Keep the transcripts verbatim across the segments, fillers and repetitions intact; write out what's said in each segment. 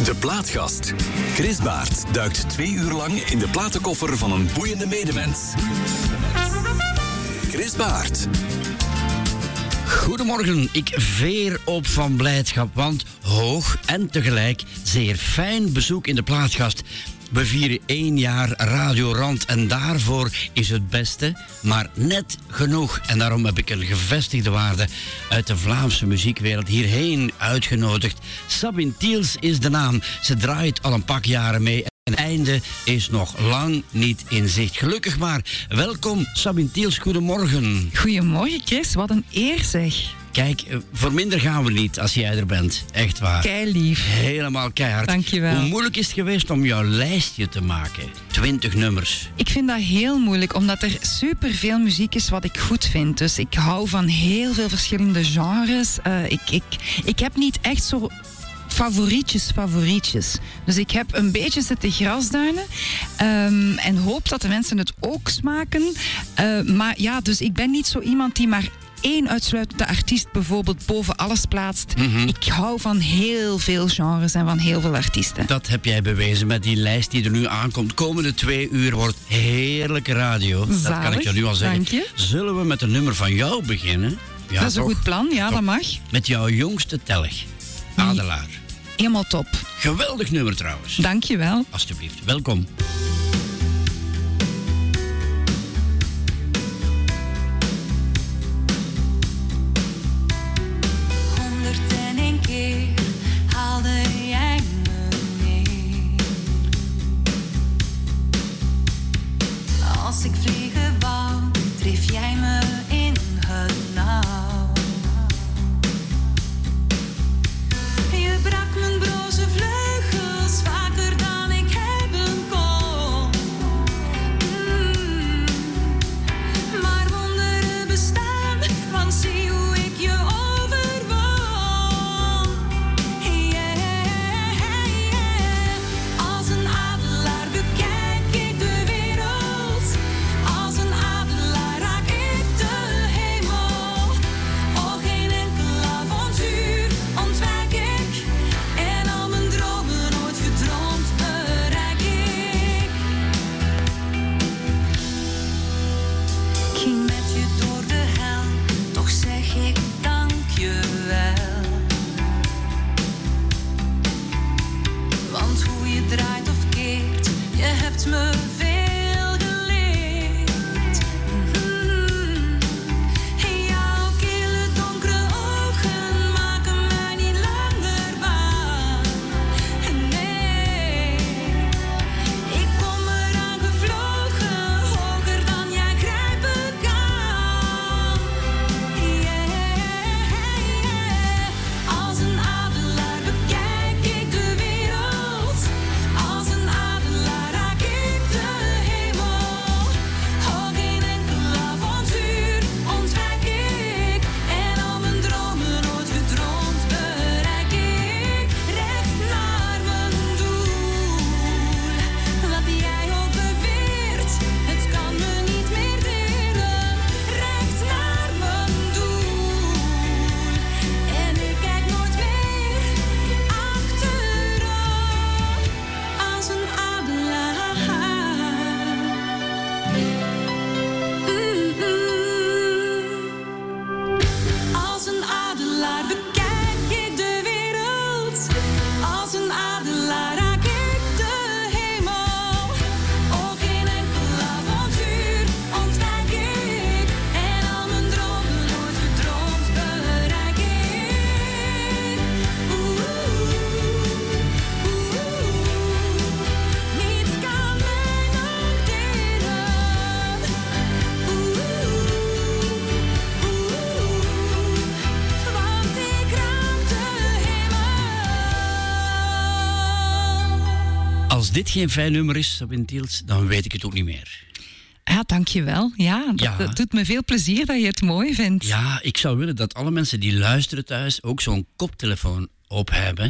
De Plaatgast. Chris Baert duikt twee uur lang in de platenkoffer van een boeiende medemens. Chris Baert. Goedemorgen, ik veer op van blijdschap, want hoog en tegelijk zeer fijn bezoek in de Plaatgast. We vieren één jaar Radio Rand en daarvoor is het beste, maar net genoeg. En daarom heb ik een gevestigde waarde uit de Vlaamse muziekwereld hierheen uitgenodigd. Sabine Tiels is de naam. Ze draait al een pak jaren mee. En het einde is nog lang niet in zicht. Gelukkig maar. Welkom, Sabine Tiels. Goedemorgen. Goedemorgen, Chris. Wat een eer, zeg. Kijk, voor minder gaan we niet als jij er bent. Echt waar. Keilief. Helemaal keihard. Dankjewel. Hoe moeilijk is het geweest om jouw lijstje te maken? Twintig nummers. Ik vind dat heel moeilijk, omdat er superveel muziek is wat ik goed vind. Dus ik hou van heel veel verschillende genres. Uh, ik, ik, ik heb niet echt zo favorietjes, favorietjes. Dus ik heb een beetje zitten grasduinen um, en hoop dat de mensen het ook smaken. Uh, maar ja, dus ik ben niet zo iemand die maar één uitsluitende artiest bijvoorbeeld boven alles plaatst. Mm-hmm. Ik hou van heel veel genres en van heel veel artiesten. Dat heb jij bewezen met die lijst die er nu aankomt. Komende twee uur wordt heerlijke radio. Zalig, dat kan ik je nu al zeggen. Dank je. Zullen we met een nummer van jou beginnen? Ja, dat is toch? een goed plan, ja, Top. Dat mag. Met jouw jongste telg, Adelaar. Helemaal top. Geweldig nummer trouwens. Dank je wel. Alsjeblieft, welkom. Als ik vliegen wou, dreef jij me in het nauw. Je brak mijn broze vleugels vaker dan ik hebben kon. Mm. Maar wonderen bestaan, want zie hoe ik je overwon. Yeah, yeah. Als een adelaar bekijk ik de wereld. Als een adelaar raak ik de hemel. Oh, geen enkel avontuur ontwijk ik. En al mijn dromen nooit gedroomd bereik ik. Ik ging met je door de hel, toch zeg ik dank je wel. Want hoe je draait of keert, je hebt me veel geleerd. Mm-hmm. Jouw kille donkere ogen maken mij niet langer bang. Nee, ik kom eraan gevlogen, hoger dan jij grijpen kan. Yeah, als een adelaar bekijk ik de wereld. Als een adelaar raak ik de hemel. Oh, geen enkel avontuur ontwijk ik. En al mijn dromen nooit gedroomd bereik ik. Recht naar mijn doel. Wat jij ook beweert, het kan me niet meer delen. Recht naar mijn doel. En ik kijk nooit meer achterom. Als een adelaar. Mm-mm. Als een adelaar bekijk ik de wereld. Als een adelaar raak ik de hemel. Oh, geen enkel avontuur ontwijk ik. En al mijn dromen nooit gedroomd bereik ik. Oeh, oeh, niets kan mij nog delen. Oeh, oeh, want ik raak de hemel. Als dit geen fijn nummer is, Sabine Tiels, dan weet ik het ook niet meer. Ja, dankjewel. Ja, dat, Ja. dat doet me veel plezier dat je het mooi vindt. Ja, ik zou willen dat alle mensen die luisteren thuis ook zo'n koptelefoon op hebben.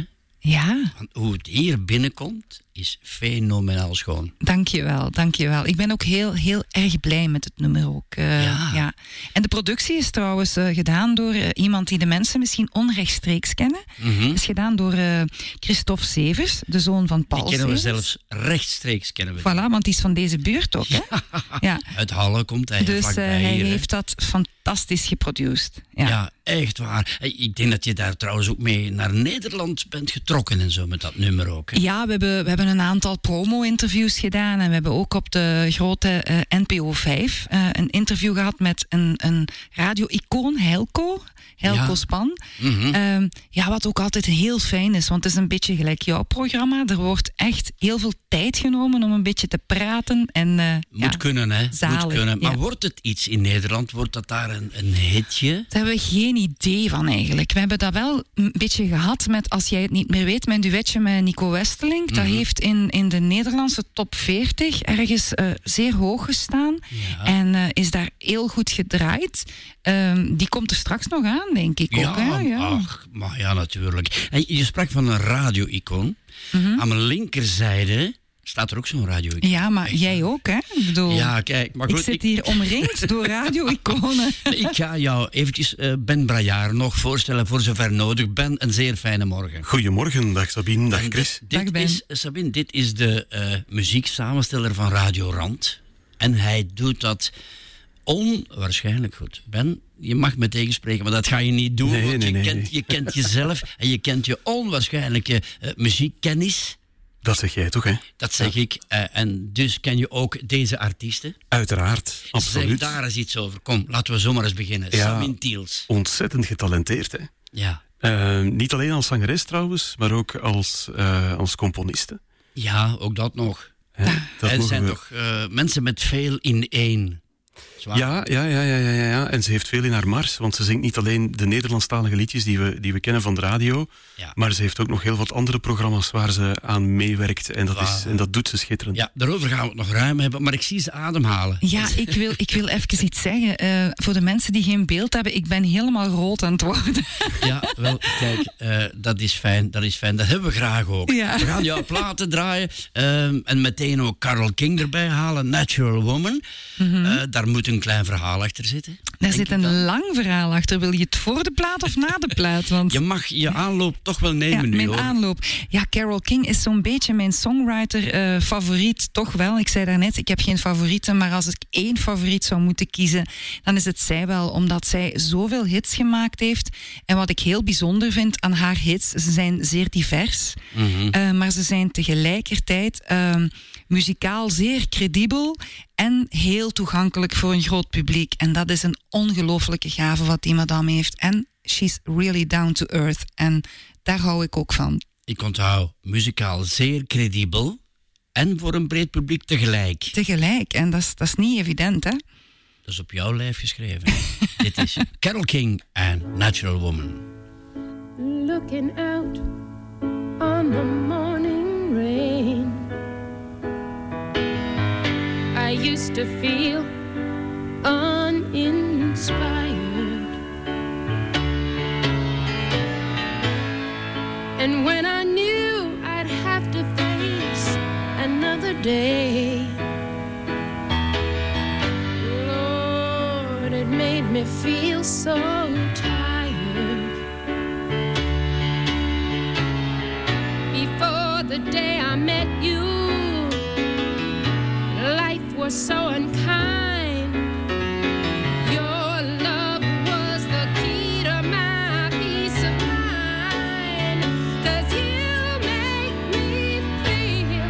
Ja, Want hoe het hier binnenkomt, is fenomenaal schoon. dankjewel, dankjewel. Ik ben ook heel, heel erg blij met het nummer ook. eh, Ja. ja. En de productie is trouwens eh, gedaan door eh, iemand die de mensen misschien onrechtstreeks kennen. Mhm. Is gedaan door eh, Christophe Severs, de zoon van Paul Die kennen we Severs. zelfs rechtstreeks. Kennen we Voilà, want die is van deze buurt ook. Hè? Ja. Uit Halle komt hij Dus eh, vlakbij hij hier. hè. heeft dat fantastisch geproduceerd. Ja. Ja. echt waar. Hey, Ik denk dat je daar trouwens ook mee naar Nederland bent getrokken en zo met dat nummer ook. hè. Ja, we hebben, we hebben een aantal promo-interviews gedaan. En we hebben ook op de grote eh, N P O vijf eh, een interview gehad met een, een radio-icoon, Helco. Helco Ja. Span. Mhm. Ehm, ja, wat ook altijd heel fijn is, want het is een beetje gelijk jouw programma. Er wordt echt heel veel tijd genomen om een beetje te praten. En, eh, Moet ja, kunnen, hè? zalig, Moet kunnen. Maar ja. wordt het iets in Nederland? Wordt dat daar een, een hitje? Daar hebben we geen idee van eigenlijk. We hebben dat wel een beetje gehad met, als jij het niet meer weet, mijn duetje met Nico Westerling. Dat Mhm. heeft in, in de Nederlandse top veertig ergens eh, zeer hoog gestaan. Ja. En eh, is daar heel goed gedraaid. Ehm, die komt er straks nog aan, denk ik ook. Hè? Ja. Ach, maar ja, natuurlijk. En je sprak van een radio-icoon. Mhm. Aan mijn linkerzijde staat er ook zo'n radio-icoon. Ja, maar jij ook, hè? Ik bedoel, Ja, kijk, maar ik goed. zit hier omringd door radio-iconen. ik ga jou eventjes eh, Ben Braillard nog voorstellen voor zover nodig. Ben, een zeer fijne morgen. Goedemorgen, dag Sabine, dag En Chris. Dit, Dag, dit Ben. is, Sabine, dit is de eh muzieksamensteller van Radio Rand. En hij doet dat onwaarschijnlijk goed. Ben, je mag me tegenspreken, maar dat ga je niet doen. Nee, want nee, je, nee, kent, nee. je kent jezelf en je kent je onwaarschijnlijke eh, muziekkennis. Dat zeg jij toch, hè? Dat zeg ik. Eh, en dus ken je ook deze artiesten. Uiteraard, absoluut. Zeg daar eens iets over. Kom, laten we zomaar eens beginnen. Ja. Sabine Tiels. Ontzettend getalenteerd, hè? Ja. Eh, niet alleen als zangeres trouwens, maar ook als, eh, als componiste. ja, ook dat nog. Hè? Dat Er mogen zijn we- toch eh, mensen met veel in één. Zwaar. Ja, ja, ja, ja, ja, ja, ja. En ze heeft veel in haar mars, want ze zingt niet alleen de Nederlandstalige liedjes die we, die we kennen van de radio, Ja. maar ze heeft ook nog heel wat andere programma's waar ze aan meewerkt. En dat, is, Waar. en dat doet ze schitterend. Ja, daarover gaan we het nog ruim hebben, maar ik zie ze ademhalen. Ja, ik wil, ik wil even iets zeggen. Eh, voor de mensen die geen beeld hebben, ik ben helemaal rood aan het worden. Ja, wel, kijk, eh, dat is fijn, dat is fijn. Dat hebben we graag ook. Ja. We gaan jouw platen draaien ehm, en meteen ook Carole King erbij halen, Natural Woman. Eh, daar moet een klein verhaal achter zitten. Daar denk zit ik een dan. lang verhaal achter. Wil je het voor de plaat of na de plaat? Want Je mag je aanloop toch wel ja, nemen nu, mijn hoor. aanloop. Ja, Carole King is zo'n beetje mijn songwriter-favoriet. toch wel. Ik zei daarnet, ik heb geen favorieten. Maar als ik één favoriet zou moeten kiezen, dan is het zij wel. Omdat zij zoveel hits gemaakt heeft. En wat ik heel bijzonder vind aan haar hits, ze zijn zeer divers. Mhm. Eh, maar ze zijn tegelijkertijd ehm, muzikaal zeer credibel en heel toegankelijk voor een groot publiek. En dat is een ongelooflijke gave wat die madame heeft. En she's really down to earth. En daar hou ik ook van. Ik onthoud, muzikaal zeer credibel en voor een breed publiek tegelijk. Tegelijk. En dat is, dat is niet evident, hè? Dat is op jouw lijf geschreven. Dit is Carole King en Natural Woman. Looking out on the morning rain, I used to feel uninspired, and when I knew I'd have to face another day, Lord, it made me feel so tired. Before the day I met you, life was so unkind. Your love was the key to my peace of mind. 'Cause you make me feel,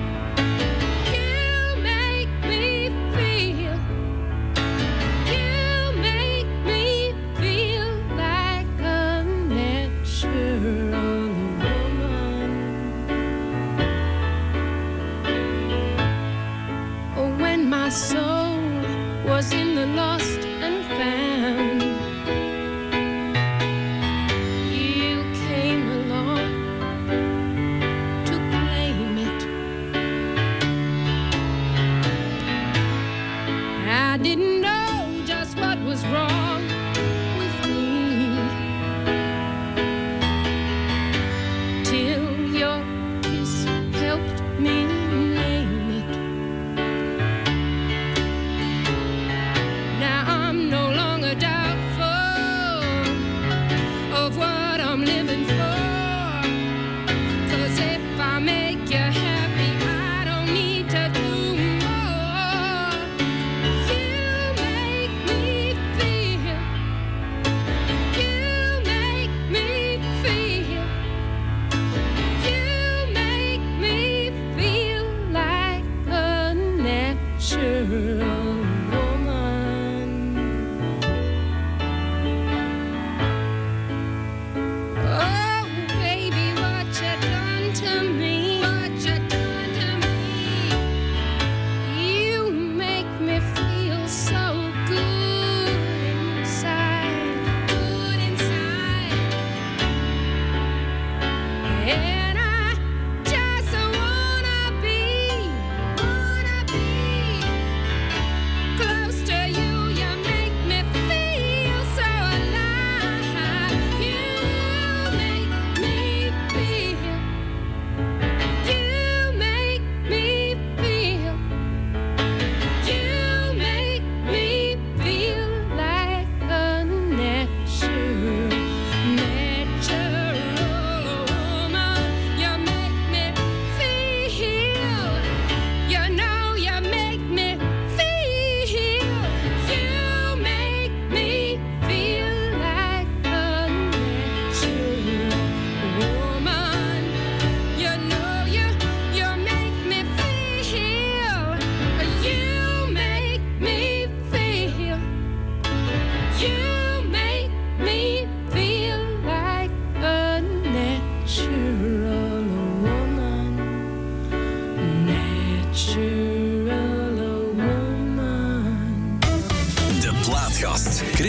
you make me feel, you make me feel like a natural woman. When my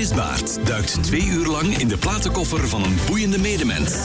Chris Baert duikt twee uur lang in de platenkoffer van een boeiende medemens.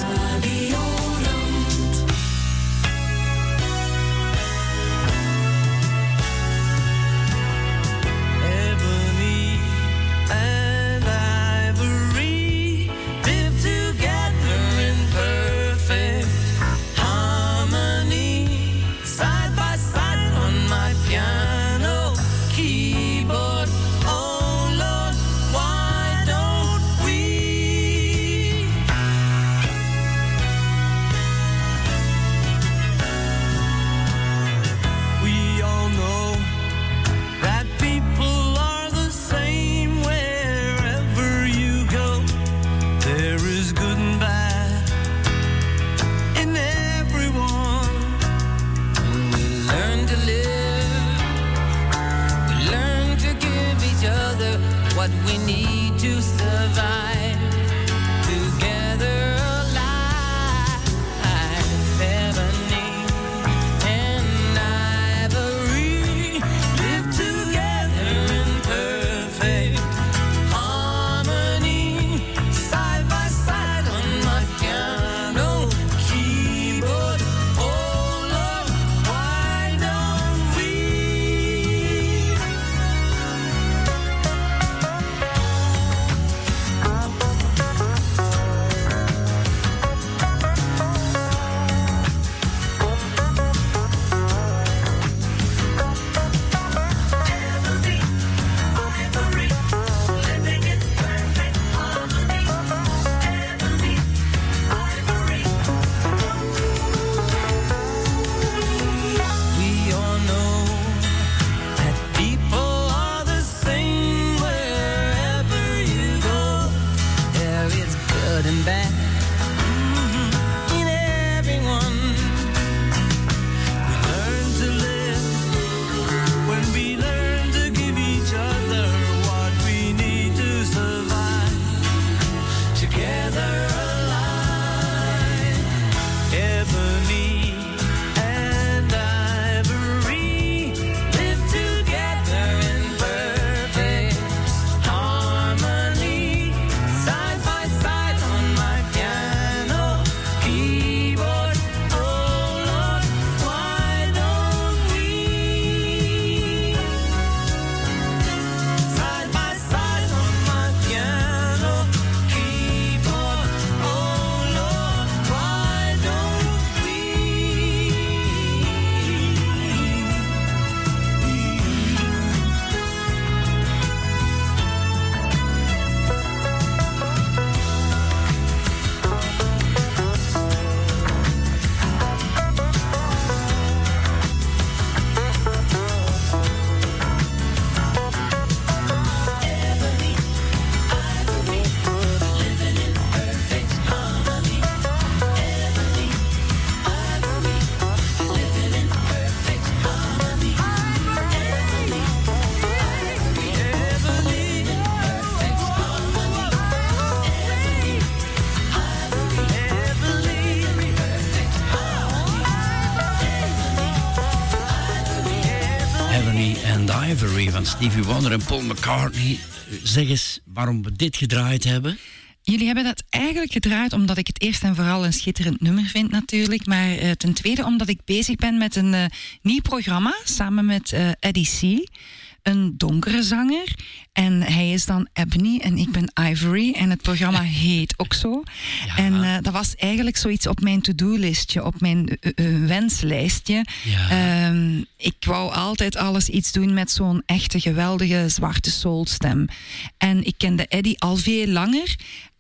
Ivory van Stevie Wonder en Paul McCartney. Zeg eens waarom we dit gedraaid hebben. Jullie hebben dat eigenlijk gedraaid omdat ik het eerst en vooral een schitterend nummer vind natuurlijk. Maar uh, ten tweede omdat ik bezig ben met een uh, nieuw programma samen met uh, Eddie C. Een donkere zanger. En hij is dan Ebony en ik ben Ivory. En het programma heet ook zo. Ja. En uh, dat was eigenlijk zoiets op mijn to-do-listje, op mijn uh, uh, wenslijstje. Ja. Um, ik wou altijd alles iets doen met zo'n echte geweldige zwarte soulstem. En ik kende Eddie al veel langer.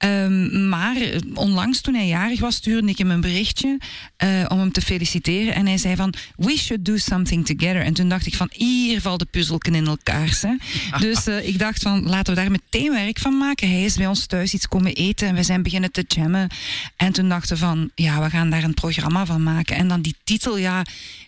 Um, maar onlangs toen hij jarig was, stuurde ik hem een berichtje uh, om hem te feliciteren. En hij zei van, we should do something together. En toen dacht ik van, hier valt de puzzelken in elkaar. Hè. Dus uh, ik dacht van, laten we daar meteen werk van maken. Hij is bij ons thuis iets komen eten en we zijn beginnen te jammen. En toen dachten we van, ja, we gaan daar een programma van maken. En dan die titel, ja...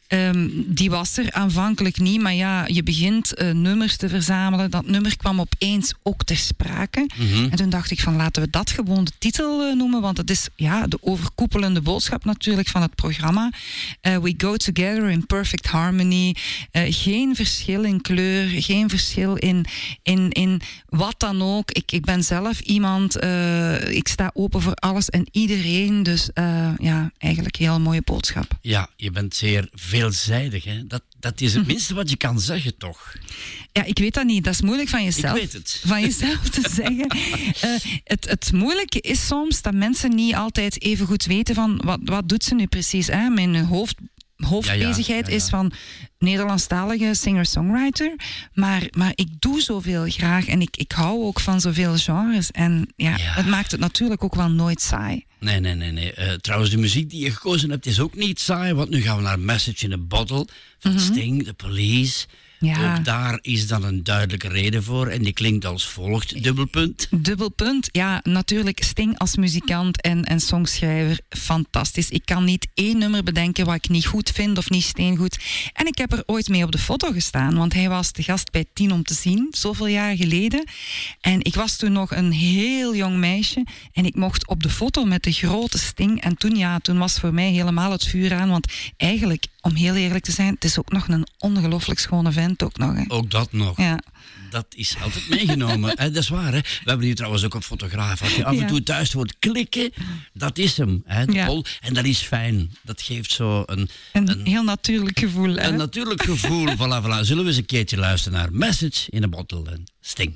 Um, die was er aanvankelijk niet, maar ja, je begint uh, nummers te verzamelen. Dat nummer kwam opeens ook ter sprake. Mhm. En toen dacht ik van laten we dat gewoon de titel uh, noemen, want het is ja, de overkoepelende boodschap natuurlijk van het programma. Uh, we go together in perfect harmony. Uh, geen verschil in kleur, geen verschil in, in, in wat dan ook. Ik, ik ben zelf iemand, uh, ik sta open voor alles en iedereen. Dus uh, ja, eigenlijk een heel mooie boodschap. Ja, je bent zeer veelzijdig. Hè? Dat, dat is het minste wat je kan zeggen, toch? Ja, ik weet dat niet. Dat is moeilijk van jezelf, Ik weet het. Van jezelf te zeggen. Uh, het, het moeilijke is soms dat mensen niet altijd even goed weten van wat, wat doet ze nu precies. Hè? Mijn hoofd, hoofdbezigheid Ja, ja, ja, ja. is van Nederlandstalige singer-songwriter. Maar, maar ik doe zoveel graag en ik, ik hou ook van zoveel genres. En ja, Ja. het maakt het natuurlijk ook wel nooit saai. Nee, nee, nee. nee. Uh, trouwens, de muziek die je gekozen hebt is ook niet saai, want nu gaan we naar Message in a Bottle van Mhm. Sting, The Police. Ja. Ook daar is dan een duidelijke reden voor en die klinkt als volgt, dubbelpunt. Dubbelpunt, ja, natuurlijk Sting als muzikant en, en songschrijver, fantastisch. Ik kan niet één nummer bedenken wat ik niet goed vind of niet steengoed. En ik heb er ooit mee op de foto gestaan, want hij was de gast bij Tien om te zien, zoveel jaar geleden. En ik was toen nog een heel jong meisje en ik mocht op de foto met de grote Sting. En toen, ja, toen was voor mij helemaal het vuur aan, want eigenlijk, om heel eerlijk te zijn, het is ook nog een ongelooflijk schone vent ook nog. Hè. Ook dat nog. Ja. Dat is altijd meegenomen. Hè, dat is waar. Hè. We hebben hier trouwens ook een fotograaf. Als je af en Ja. toe thuis wordt klikken, dat is hem. Hè, de Ja. Pol. En dat is fijn. Dat geeft zo een, Een, een, heel natuurlijk gevoel. Hè. een natuurlijk gevoel. Voilà, voilà. Zullen we eens een keertje luisteren naar Message in a Bottle en Sting.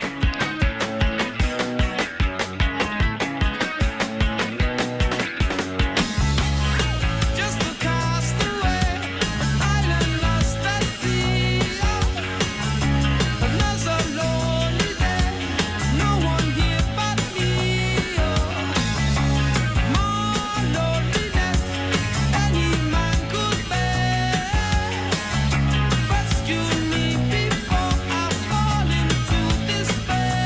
Just a castaway, island lost at sea. But not so lonely there, no one here but me. More loneliness any man could bear. Rescue me before I fall into despair.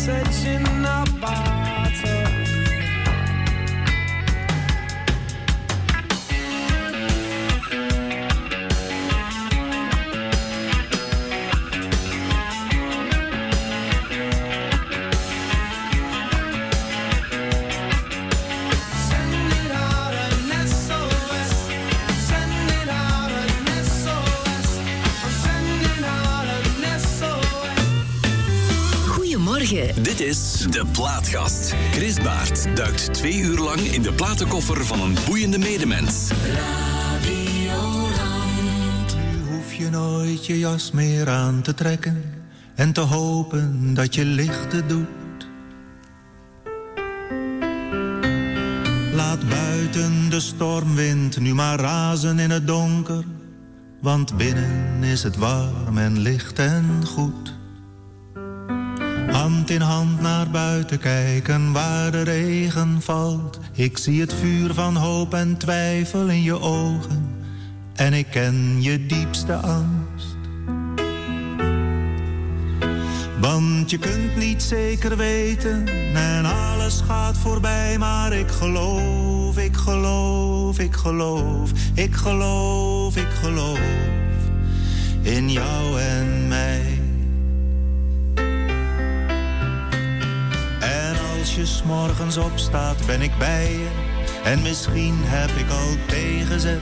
message in a bottle. Dit is De Plaatgast. Chris Baert duikt twee uur lang in de platenkoffer van een boeiende medemens. Nu hoef je nooit je jas meer aan te trekken en te hopen dat je lichten doet. Laat buiten de stormwind nu maar razen in het donker, want binnen is het warm en licht en goed. Hand in hand naar buiten kijken waar de regen valt. Ik zie het vuur van hoop en twijfel in je ogen. En ik ken je diepste angst. Want je kunt niet zeker weten en alles gaat voorbij. Maar ik geloof, ik geloof, ik geloof. Ik geloof, ik geloof in jou en mij. Als je 's morgens opstaat ben ik bij je en misschien heb ik al tegenzet.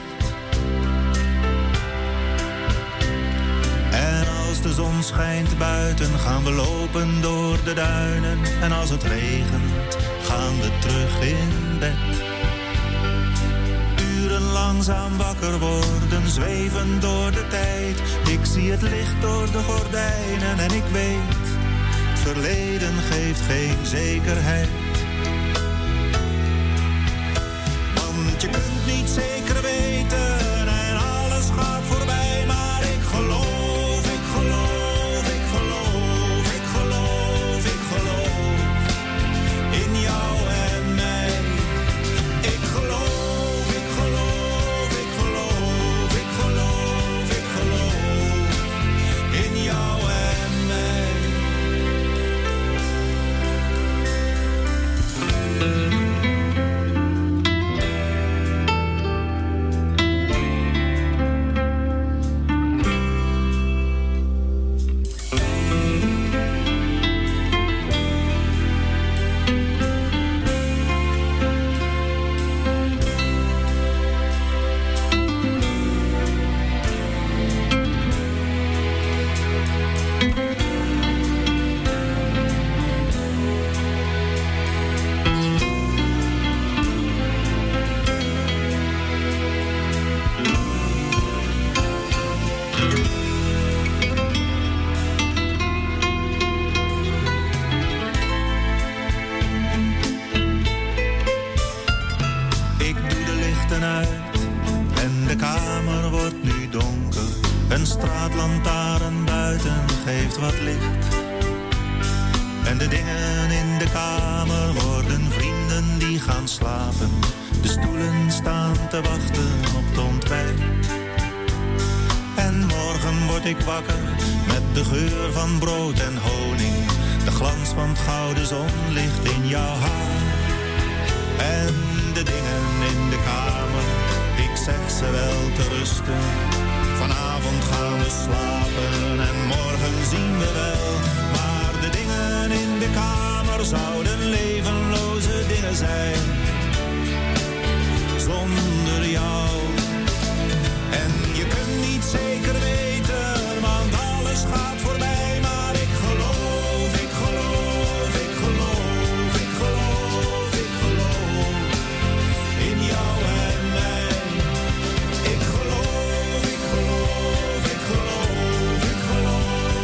En als de zon schijnt buiten gaan we lopen door de duinen. En als het regent gaan we terug in bed. Uren langzaam wakker worden, zweven door de tijd. Ik zie het licht door de gordijnen en ik weet, verleden geeft geen zekerheid. Want je kunt niet zeker weten en alles gaat voorbij. Maar ik geloof, ik geloof, ik geloof, ik geloof, ik geloof in jou en mij. Ik geloof, ik geloof, ik geloof, ik geloof, ik geloof in jou en mij. Ik geloof, ik geloof, ik geloof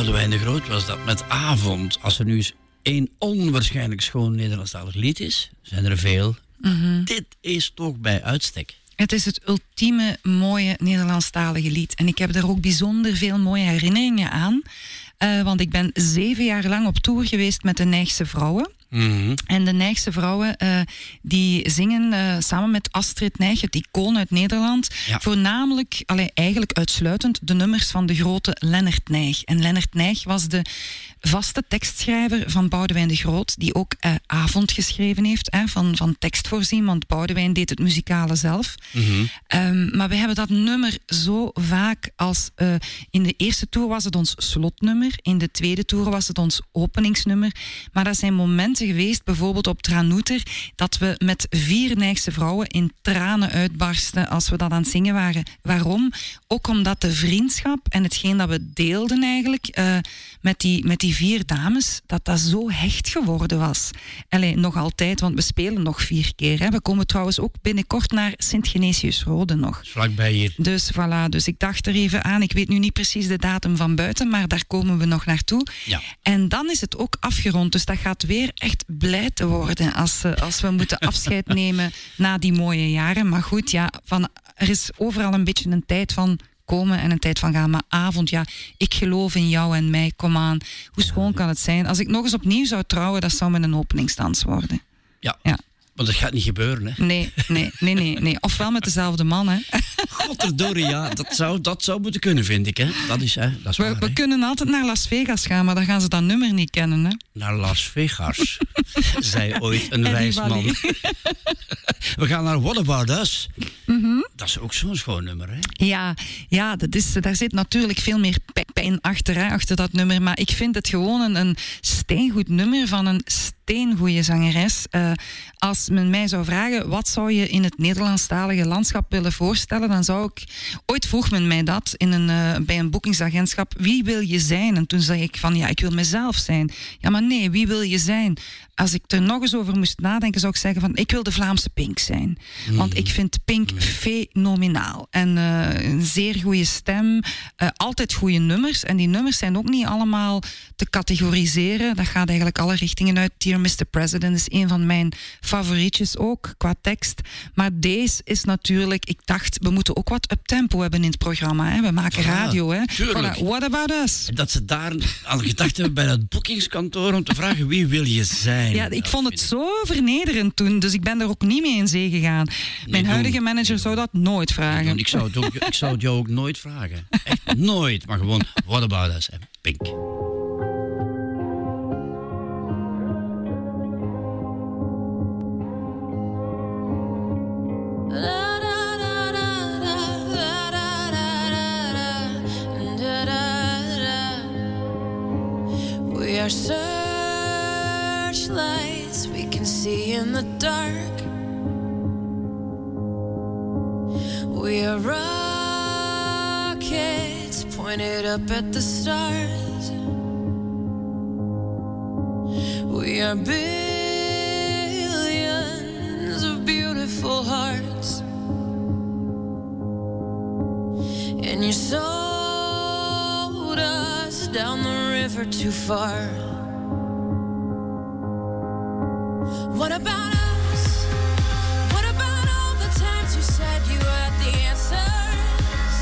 Boudewijn de Groot was dat met Avond. Als er nu eens één onwaarschijnlijk schoon Nederlandstalig lied is, zijn er veel. Mm-hmm. Dit is toch bij uitstek. Het is het ultieme mooie Nederlandstalige lied. En ik heb er ook bijzonder veel mooie herinneringen aan. Uh, want ik ben zeven jaar lang op tour geweest met de Nijgse Vrouwen. Mm-hmm. En de Nijgse Vrouwen uh, die zingen uh, samen met Astrid Nijg, het icoon uit Nederland, Ja. voornamelijk, allee, eigenlijk uitsluitend de nummers van de grote Lennart Nijg. En Lennart Nijg was de vaste tekstschrijver van Boudewijn de Groot, die ook uh, Avond geschreven heeft, hè, van, van tekst voorzien, want Boudewijn deed het muzikale zelf. Mm-hmm. Um, maar we hebben dat nummer zo vaak als... Uh, in de eerste tour was het ons slotnummer, in de tweede tour was het ons openingsnummer. Maar dat zijn momenten geweest, bijvoorbeeld op Tranoeter, dat we met vier Nijgse vrouwen in tranen uitbarsten als we dat aan het zingen waren. Waarom? Ook omdat de vriendschap en hetgeen dat we deelden eigenlijk uh, met, die, met die vier dames, dat dat zo hecht geworden was. Allee, nog altijd, want we spelen nog vier keer. Hè. We komen trouwens ook binnenkort naar Sint-Genesius-Rode nog. Vlakbij hier. Dus voilà, dus ik dacht er even aan. Ik weet nu niet precies de datum van buiten, maar daar komen we nog naartoe. Ja. En dan is het ook afgerond. Dus dat gaat weer echt blij te worden als, uh, als we moeten afscheid nemen na die mooie jaren. Maar goed, ja, van, er is overal een beetje een tijd van komen en een tijd van gaan. Maar Avond, ja, ik geloof in jou en mij, kom aan. Hoe schoon kan het zijn? Als ik nog eens opnieuw zou trouwen, dat zou met een openingsdans worden. Ja. Ja. Want dat gaat niet gebeuren, hè? Nee, nee, nee, nee, nee. Ofwel met dezelfde man, hè. Godverdorie, ja. Dat zou, dat zou moeten kunnen, vind ik, hè. Dat is, hè. Dat is We, waar, we hè. kunnen altijd naar Las Vegas gaan, maar dan gaan ze dat nummer niet kennen, hè. Naar Las Vegas, zei ooit een Eddie wijs man. Valley. We gaan naar What About Us. Mm-hmm. Dat is ook zo'n schoon nummer, hè. Ja, ja dat is, daar zit natuurlijk veel meer pijn achter, hè, achter dat nummer. Maar ik vind het gewoon een, een steengoed nummer van een steengoeie zangeres. Uh, als men mij zou vragen, wat zou je in het Nederlandstalige landschap willen voorstellen, dan zou ik... Ooit vroeg men mij dat in een, uh, bij een boekingsagentschap. Wie wil je zijn? En toen zei ik van, ja, ik wil mezelf zijn. Ja, maar nee, wie wil je zijn? Als ik er nog eens over moest nadenken, zou ik zeggen van, ik wil de Vlaamse Pink zijn. Mm. Want ik vind Pink mm. fenomenaal. En uh, een zeer goede stem. Uh, altijd goede nummers. En die nummers zijn ook niet allemaal te categoriseren. Dat gaat eigenlijk alle richtingen uit. Dear mister President is een van mijn favorietjes ook, qua tekst. Maar deze is natuurlijk... Ik dacht, we moeten ook wat uptempo hebben in het programma. Hè. We maken ja, radio, hè. Tuurlijk. Voilà. What about us? Dat ze daar aan gedacht hebben bij dat boekingskantoor om te vragen, wie wil je zijn? Ja, ik vond het zo vernederend toen, dus ik ben er ook niet mee in zee gegaan. Mijn doen. huidige manager zou dat nooit vragen. Ik zou, het ook, ik zou het jou ook nooit vragen. Echt nooit. Maar gewoon, what about us? En Pink. We are searchlights we can see in the dark. We are rockets pointed up at the stars. We are billions of beautiful hearts. And you sold us down the river too far. What about us? What about all the times you said you had the answers?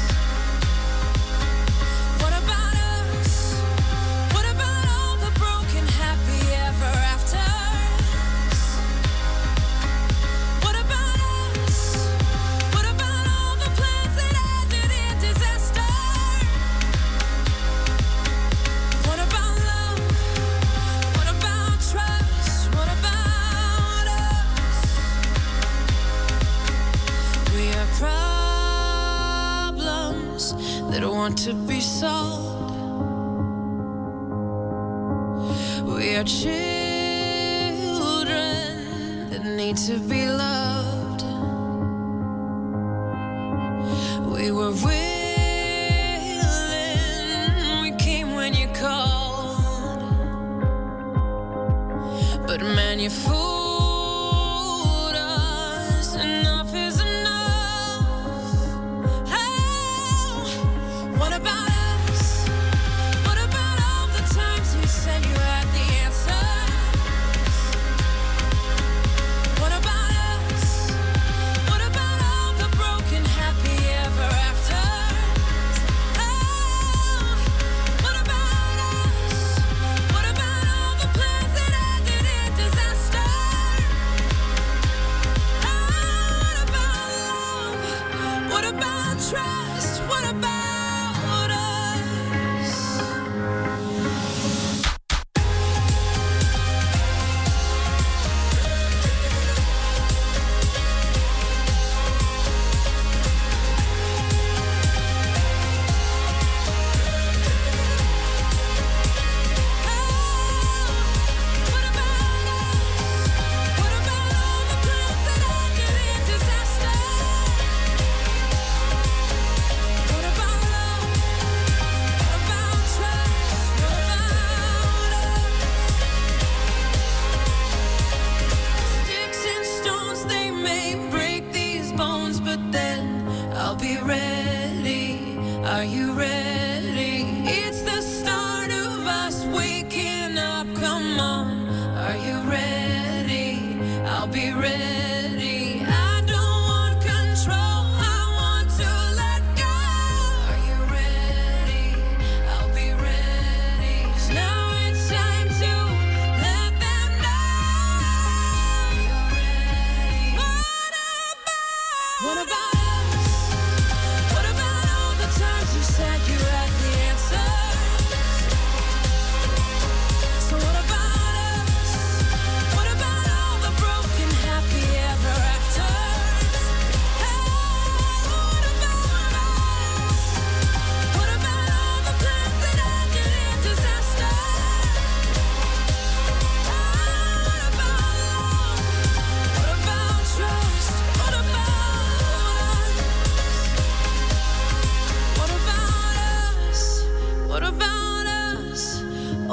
What about us? What about all the broken happy ever afters? What about us? What about all the plans that ended in disaster? What about love? What about trust? What about us? We are problems that want to be solved. We are children that need to be loved. We were willing, we came when you called. But man, you fooled us. Enough is enough. Oh, what about us? What about all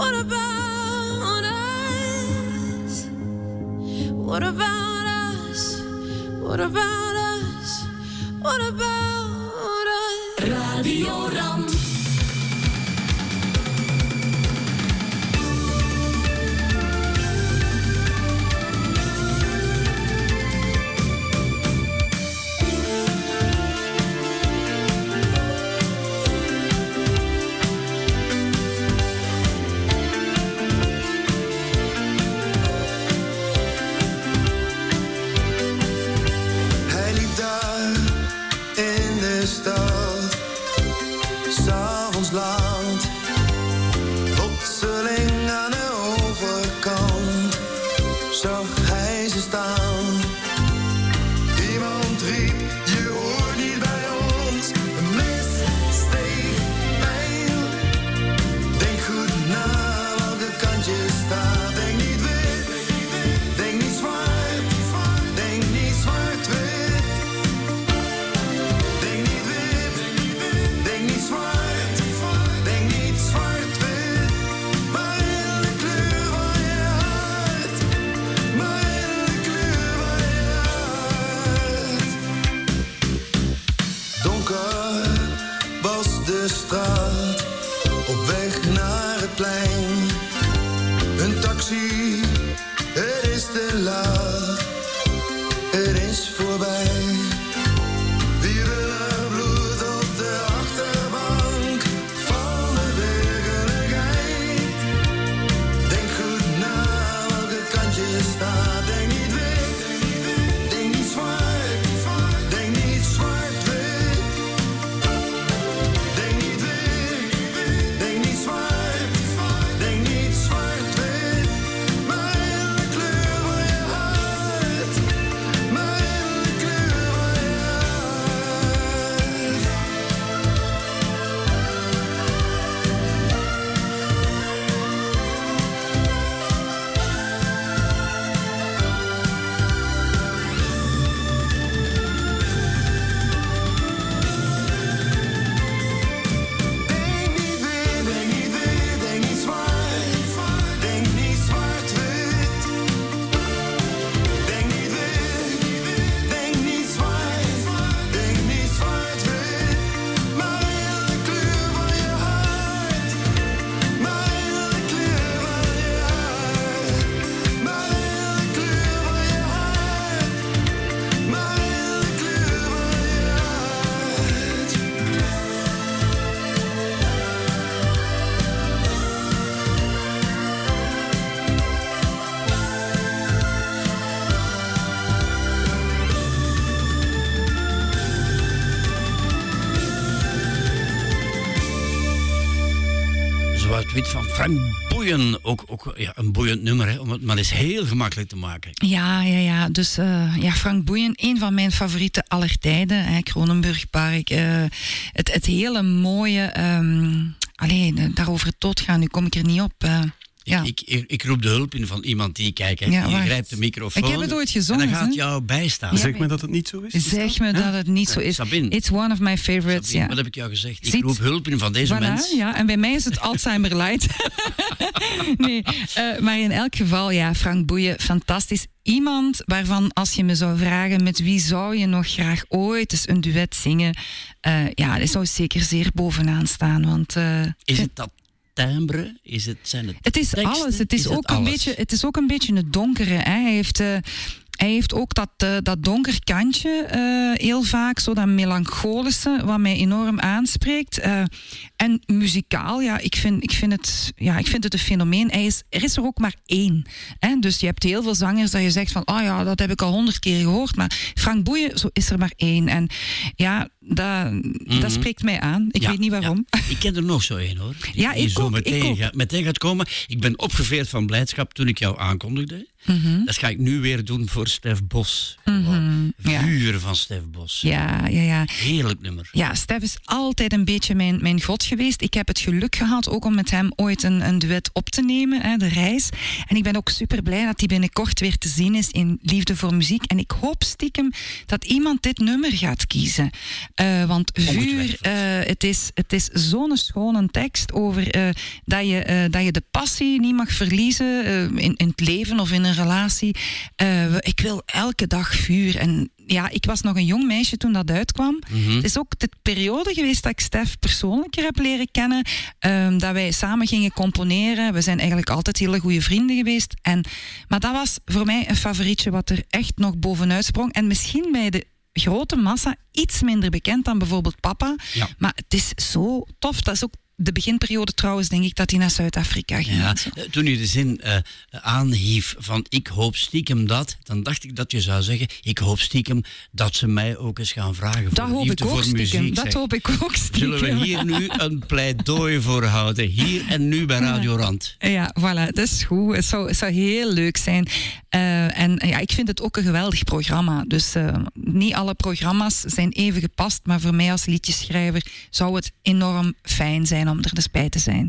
What about us? What about us? What about us? What about us? Radio Ram. Stad, 's'avonds laat, plotseling aan de overkant zag hij ze staan. Iemand riep, je hoort niet bij ons, een mes steekt pijn. Denk goed na welke kant je staat, denk niet wit, denk niet zwart, denk niet zwart-wit. Straat, op weg naar het plein. Een taxi, het is te laat, het is voorbij. Wie wil er bloed op de achterbank van de werkelijkheid? Denk goed na welke kant je staat, denk niet wit, denk niet zwart, denk niet zwart-wit. Wit van Frank Boeien. Ook, ook ja, een boeiend nummer, hè, om het maar eens heel gemakkelijk te maken. Ja, ja, ja. Dus uh, ja, Frank Boeien, een van mijn favorieten aller tijden. Hè, Kronenburgpark. Uh, het, het hele mooie... Um, allee, daarover doodgaan, nu kom ik er niet op. Uh, ja. ik, ik, ik roep de hulp in van iemand die kijkt. Hè. Ja, je grijpt de microfoon. Ik heb het ooit gezongen. En dan gaat hè? jou bijstaan. Ja, zeg me dat het niet zo is? Zeg me dat het niet zo is. Sabine. It's one of my favorites. Sabine, ja. wat heb ik jou gezegd? Ik Ziet, roep hulp in van deze voilà, mens. Ja, en bij mij is het Alzheimer light. nee, uh, maar in elk geval, ja, Frank Boeien, fantastisch. Iemand waarvan, als je me zou vragen met wie zou je nog graag ooit eens een duet zingen, uh, ja, dat zou zeker zeer bovenaan staan. Want, uh, is het dat timbre? Is het, zijn het, het is teksten? alles. Het is, is ook het een alles? beetje, het is ook een beetje het donkere. Hè. Hij heeft... Uh, Hij heeft ook dat, uh, dat donker kantje uh, heel vaak, zo dat melancholische, wat mij enorm aanspreekt. Uh, en muzikaal, ja, ik vind, ik vind, het, ja, ik vind het een fenomeen. Hij is, er is er ook maar één. Hè? Dus je hebt heel veel zangers dat je zegt van, ah oh ja, dat heb ik al honderd keer gehoord. Maar Frank Boeien, zo is er maar één. En ja, dat, mm-hmm. dat spreekt mij aan. Ik ja, weet niet waarom. Ja. Ik ken er nog zo één, hoor. Die, ja, ik die zo ook, meteen, ik ook. Gaat, meteen gaat komen. Ik ben opgeveerd van blijdschap toen ik jou aankondigde. Mm-hmm. Dat ga ik nu weer doen voor Stef Bos. Mm-hmm. Vuur ja. van Stef Bos. Ja, ja, ja. Heerlijk nummer. Ja, Stef is altijd een beetje mijn, mijn god geweest. Ik heb het geluk gehad ook om met hem ooit een, een duet op te nemen, hè, De Reis. En ik ben ook super blij dat hij binnenkort weer te zien is in Liefde voor Muziek. En ik hoop stiekem dat iemand dit nummer gaat kiezen. Uh, want vuur, Ongetwijfeld. uh, het is, het is zo'n schone tekst over uh, dat, je, uh, dat je de passie niet mag verliezen uh, in, in het leven of in een relatie. Uh, ik wil elke dag vuur. En ja, ik was nog een jong meisje toen dat uitkwam. Mm-hmm. Het is ook de periode geweest dat ik Stef persoonlijker heb leren kennen. Um, dat wij samen gingen componeren. We zijn eigenlijk altijd hele goede vrienden geweest. En, maar dat was voor mij een favorietje wat er echt nog bovenuit sprong. En misschien bij de grote massa iets minder bekend dan bijvoorbeeld Papa. Ja. Maar het is zo tof. Dat is ook de beginperiode trouwens, denk ik, dat hij naar Zuid-Afrika ging. Ja, en zo. toen je de zin uh, aanhief van ik hoop stiekem dat, dan dacht ik dat je zou zeggen, ik hoop stiekem dat ze mij ook eens gaan vragen voor Dat hoop liefde ik ook voor stiekem. muziek. Dat zeg. hoop ik ook stiekem. Zullen we hier nu een pleidooi voor houden? Hier en nu bij Radio Rand. Ja, voilà, dat is goed. Het zou, het zou heel leuk zijn. Uh, en ja, ik vind het ook een geweldig programma. Dus uh, niet alle programma's zijn even gepast, maar voor mij als liedjeschrijver zou het enorm fijn zijn om er dus bij te zijn.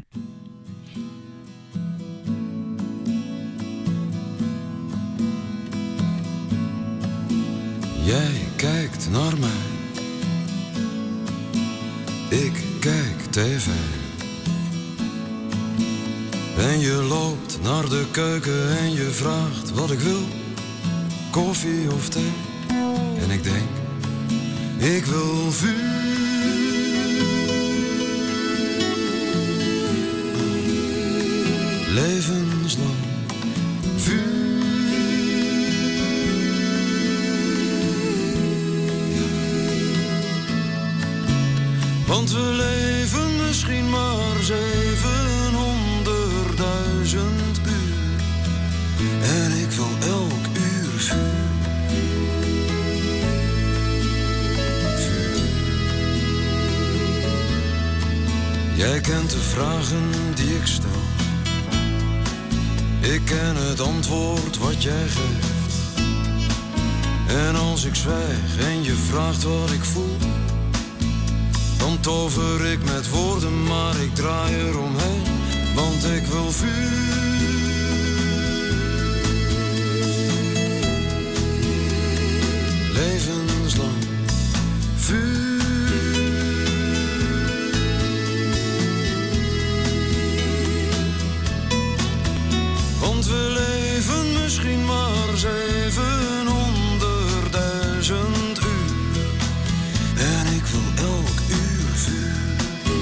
Jij kijkt naar mij, ik kijk tv. En je loopt naar de keuken en je vraagt wat ik wil, koffie of thee. En ik denk, ik wil vuur. Levenslang vuur. Ja. Want we leven misschien maar zevenhonderdduizend uur. En ik wil elk uur vuur. Vuur. Jij kent de vragen die ik stel. Ik ken het antwoord wat jij geeft. En als ik zwijg en je vraagt wat ik voel, dan tover ik met woorden, maar ik draai eromheen. Want ik wil vuur. Levenslang vuur. Want we leven misschien maar zevenhonderdduizend uur. En ik wil elk uur vuur.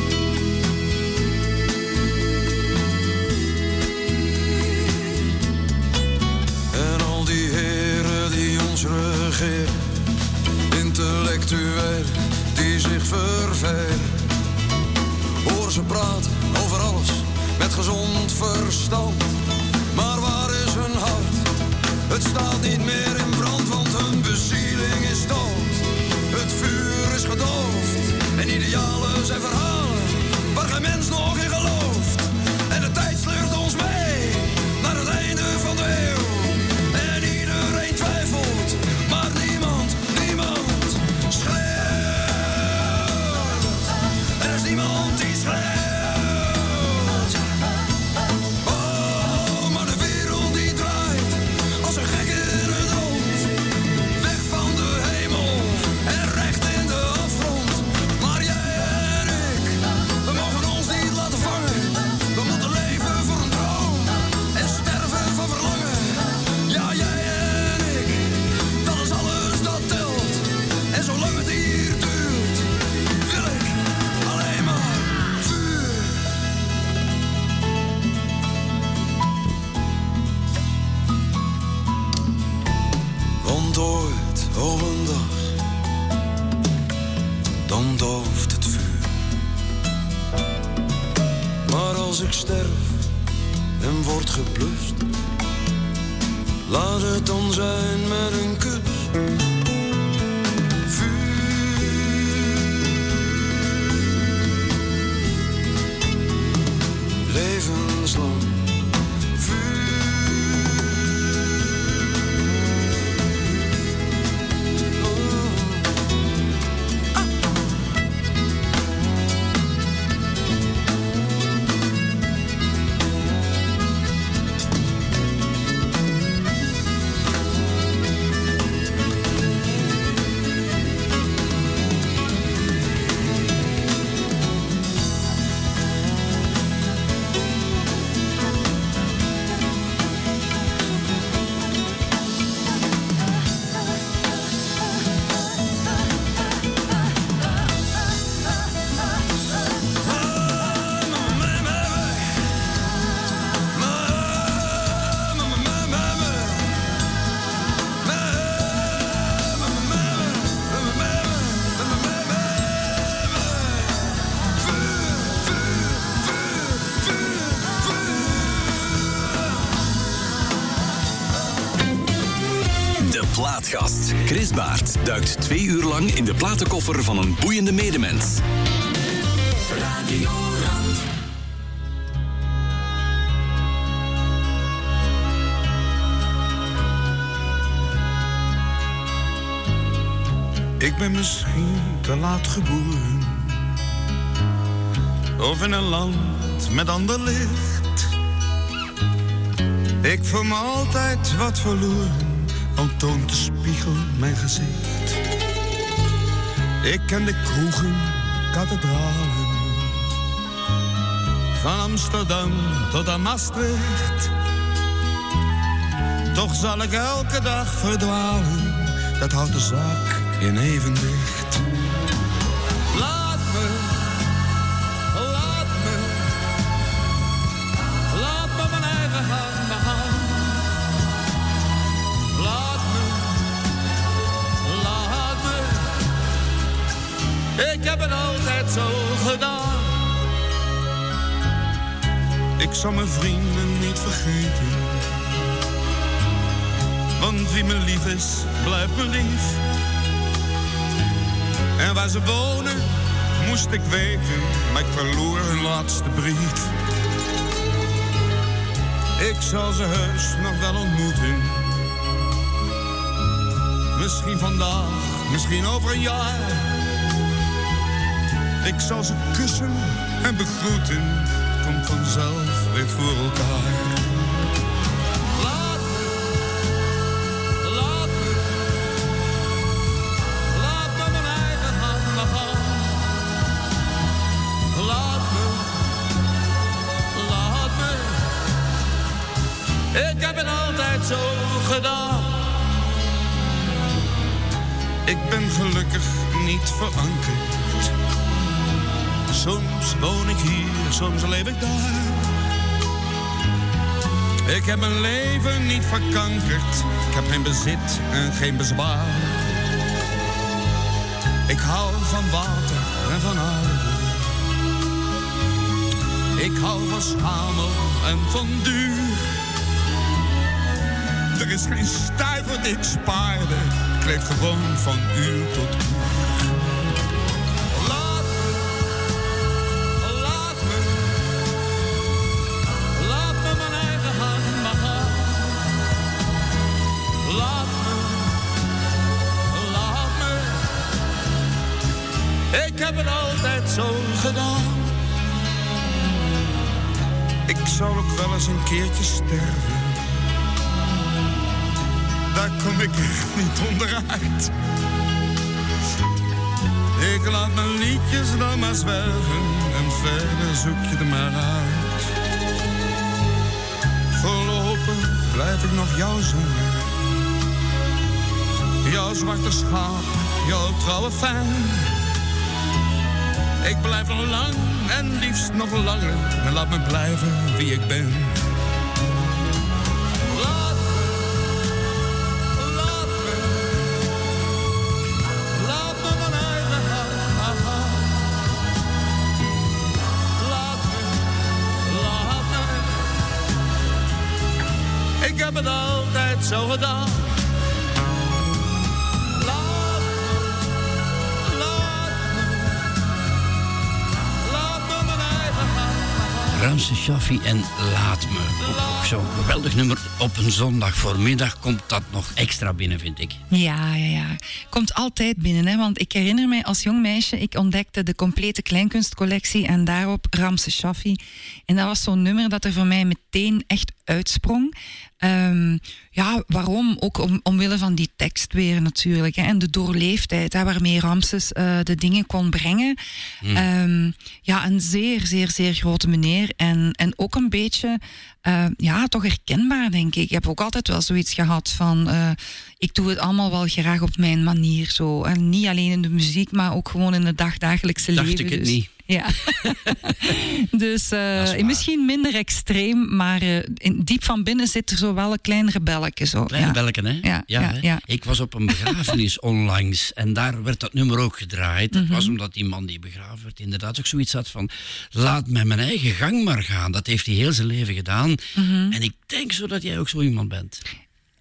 En al die heren die ons regeren, intellectuelen die zich vervelen. Hoor ze praten over alles met gezond verstand. Maar waar is hun hart? Het staat niet meer in brand, want hun bezieling is dood. Het vuur is gedoofd en idealen zijn verhalen waar geen mens nog in gelooft. En de tijd sleurt ons mee naar het einde van de eeuw. En iedereen twijfelt, maar niemand, niemand schreeuwt. Er is niemand die schreeuwt. Ooit op een dag, dan dooft het vuur. Maar als ik sterf en word geblust, laat het dan zijn met een kus. Vuur. Levenslang vuur. Plaatgast. Chris Baert duikt twee uur lang in de platenkoffer van een boeiende medemens. Radio Rand. Ik ben misschien te laat geboren, of in een land met ander licht. Ik voel me altijd wat verloren, al toont de spiegel mijn gezicht. Ik ken de kroegen, kathedralen, van Amsterdam tot aan Maastricht. Toch zal ik elke dag verdwalen, dat houdt de zaak in evenwicht. Laat me, laat me, laat me mijn eigen hand begaan. Laat me, laat me, ik heb het altijd zo gedaan. Ik zal mijn vrienden niet vergeten, want wie me lief is, blijft me lief. En waar ze wonen, moest ik weten, maar ik verloor hun laatste brief. Ik zal ze heus nog wel ontmoeten. Misschien vandaag, misschien over een jaar. Ik zal ze kussen en begroeten, het komt vanzelf weer voor elkaar. Ik heb het altijd zo gedaan. Ik ben gelukkig niet verankerd. Soms woon ik hier, soms leef ik daar. Ik heb mijn leven niet verkankerd. Ik heb geen bezit en geen bezwaar. Ik hou van water en van aarde. Ik hou van schamel en van duur. Er is geen stuiver die ik spaarde. Ik leef gewoon van uur tot uur. Laat me, laat me, laat me mijn eigen hand maar gaan. Laat me, laat me, ik heb het altijd zo gedaan. Ik zal ook wel eens een keertje sterven. Daar kom ik echt niet onderuit. Ik laat mijn liedjes dan maar zwerven en verder zoek je er maar uit. Voorlopig blijf ik nog jou zingen. Jouw zwarte schaap, jouw trouwe fan. Ik blijf nog lang en liefst nog langer. En laat me blijven wie ik ben. Ik heb het altijd zo gedaan. Laat me, laat me, laat me mijn eigen hand. Ramse Shaffi en Laat Me. Ook, ook zo'n geweldig nummer. Op een zondag voormiddag komt dat nog extra binnen, vind ik. Ja, ja, ja. Komt altijd binnen, hè? Want ik herinner mij als jong meisje, ik ontdekte de complete kleinkunstcollectie en daarop Ramse Shaffi. En dat was zo'n nummer dat er voor mij meteen echt uitsprong. Um, ja, waarom? Ook om, omwille van die tekst weer natuurlijk. Hè, en de doorleefdheid, hè, waarmee Ramses uh, de dingen kon brengen. Mm. Um, ja, een zeer, zeer, zeer grote meneer. En, en ook een beetje, uh, ja, toch herkenbaar, denk ik. Ik heb ook altijd wel zoiets gehad van, uh, ik doe het allemaal wel graag op mijn manier. Zo. En niet alleen in de muziek, maar ook gewoon in het dagdagelijkse Dacht leven. ik het dus. niet. Ja. Dus uh, misschien minder extreem, maar uh, in, diep van binnen zit er zo wel een klein rebelletje. Zo. Klein ja. rebelletje, hè? Ja, ja, ja, hè? ja. Ik was op een begrafenis onlangs en daar werd dat nummer ook gedraaid. Dat Mm-hmm. was omdat die man die begraven werd inderdaad ook zoiets had van, laat mij mijn eigen gang maar gaan. Dat heeft hij heel zijn leven gedaan. Mm-hmm. En ik denk zo dat jij ook zo iemand bent.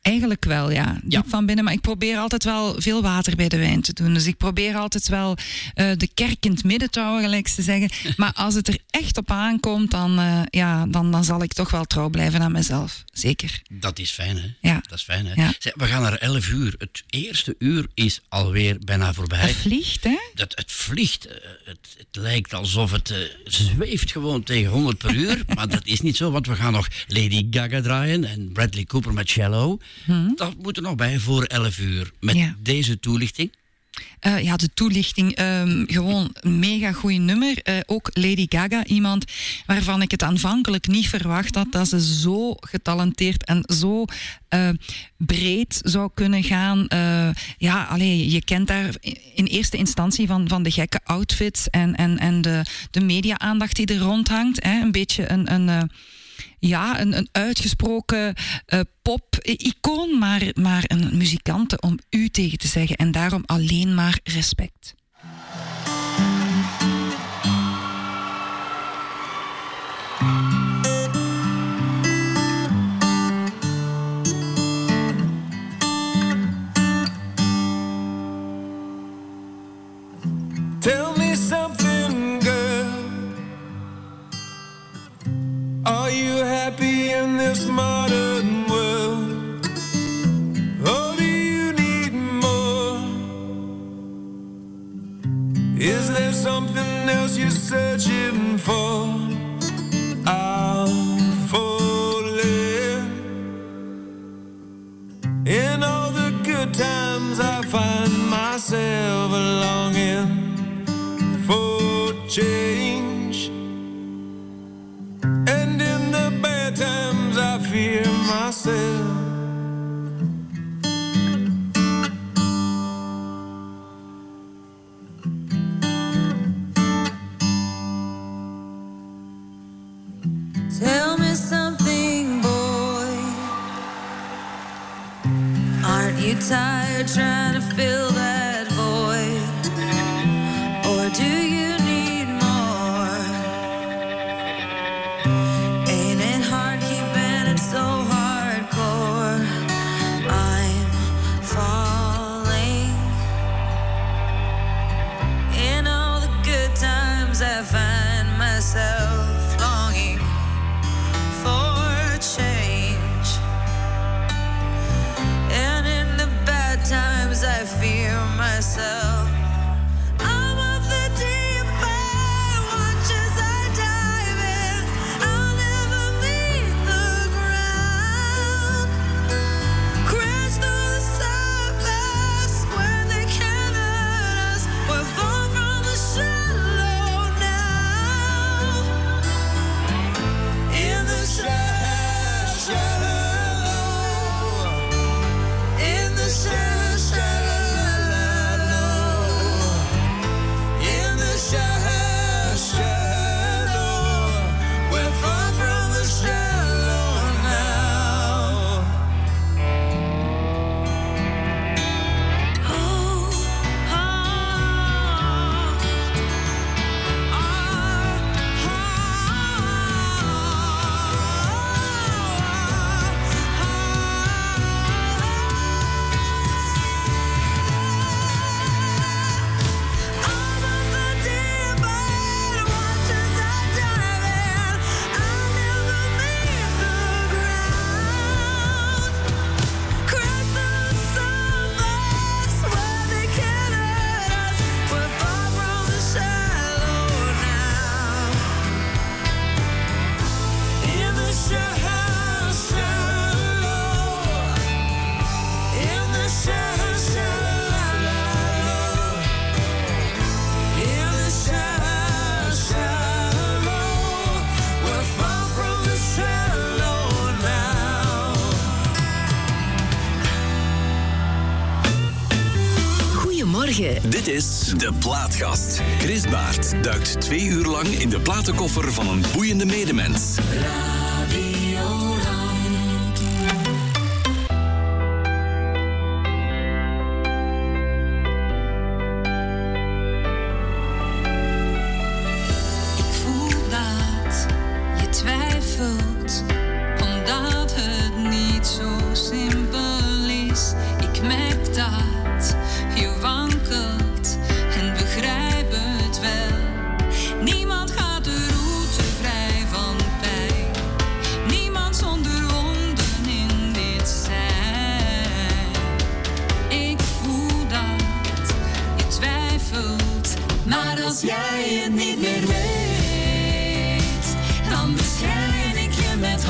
Eigenlijk wel, ja. Diep Ja. van binnen. Maar ik probeer altijd wel veel water bij de wijn te doen. Dus ik probeer altijd wel uh, de kerk in het midden te houden, gelijk ze zeggen. Maar als het er echt op aankomt, dan, uh, ja, dan, dan zal ik toch wel trouw blijven aan mezelf. Zeker. Dat is fijn, hè? Ja. Dat is fijn, hè? Ja. Zeg, we gaan naar elf uur. Het eerste uur is alweer bijna voorbij. Het vliegt, hè? Dat, het vliegt. uh, Het, het lijkt alsof het uh, zweeft gewoon tegen honderd per uur. Maar dat is niet zo, want we gaan nog Lady Gaga draaien en Bradley Cooper met Shallow. Hmm. Dat moet er nog bij voor elf uur. Met Ja. deze toelichting. Uh, ja, de toelichting. Um, gewoon een mega goed nummer. Uh, ook Lady Gaga, iemand waarvan ik het aanvankelijk niet verwacht had dat ze zo getalenteerd en zo uh, breed zou kunnen gaan. Uh, ja, allee, je kent daar in eerste instantie van, van de gekke outfits en, en, en de, de media-aandacht die er rondhangt. Hè. Een beetje een... een uh, Ja, een, een uitgesproken uh, pop-icoon, maar, maar een muzikante om u tegen te zeggen. En daarom alleen maar respect. Tell me something, girl. Are you happy in this modern world? Or do you need more? Is there something else you're searching for? I'm falling. In all the good times I find myself longing for change. And in the bad times I fear myself. Tell me something, boy. Aren't you tired trying to fill that void? Or do you need more? Ain't it hard keeping it so hardcore? I'm falling. In all the good times I find myself longing for change. And in the bad times I fear myself. I'm of the deep end, watch as I dive in. I'll never meet the ground. Crash through the surface where they can't hurt us. We're far from the shallow now. In the shallow, shallow. In the shallow, shallow. In the shallow, shallow. We're far from the shallow now. Oh, Goedemorgen. Dit is De Plaatgast. Chris Baert duikt twee uur lang in de platenkoffer van een boeiende medemens. ik voel dat je twijfelt, omdat het niet zo simpel met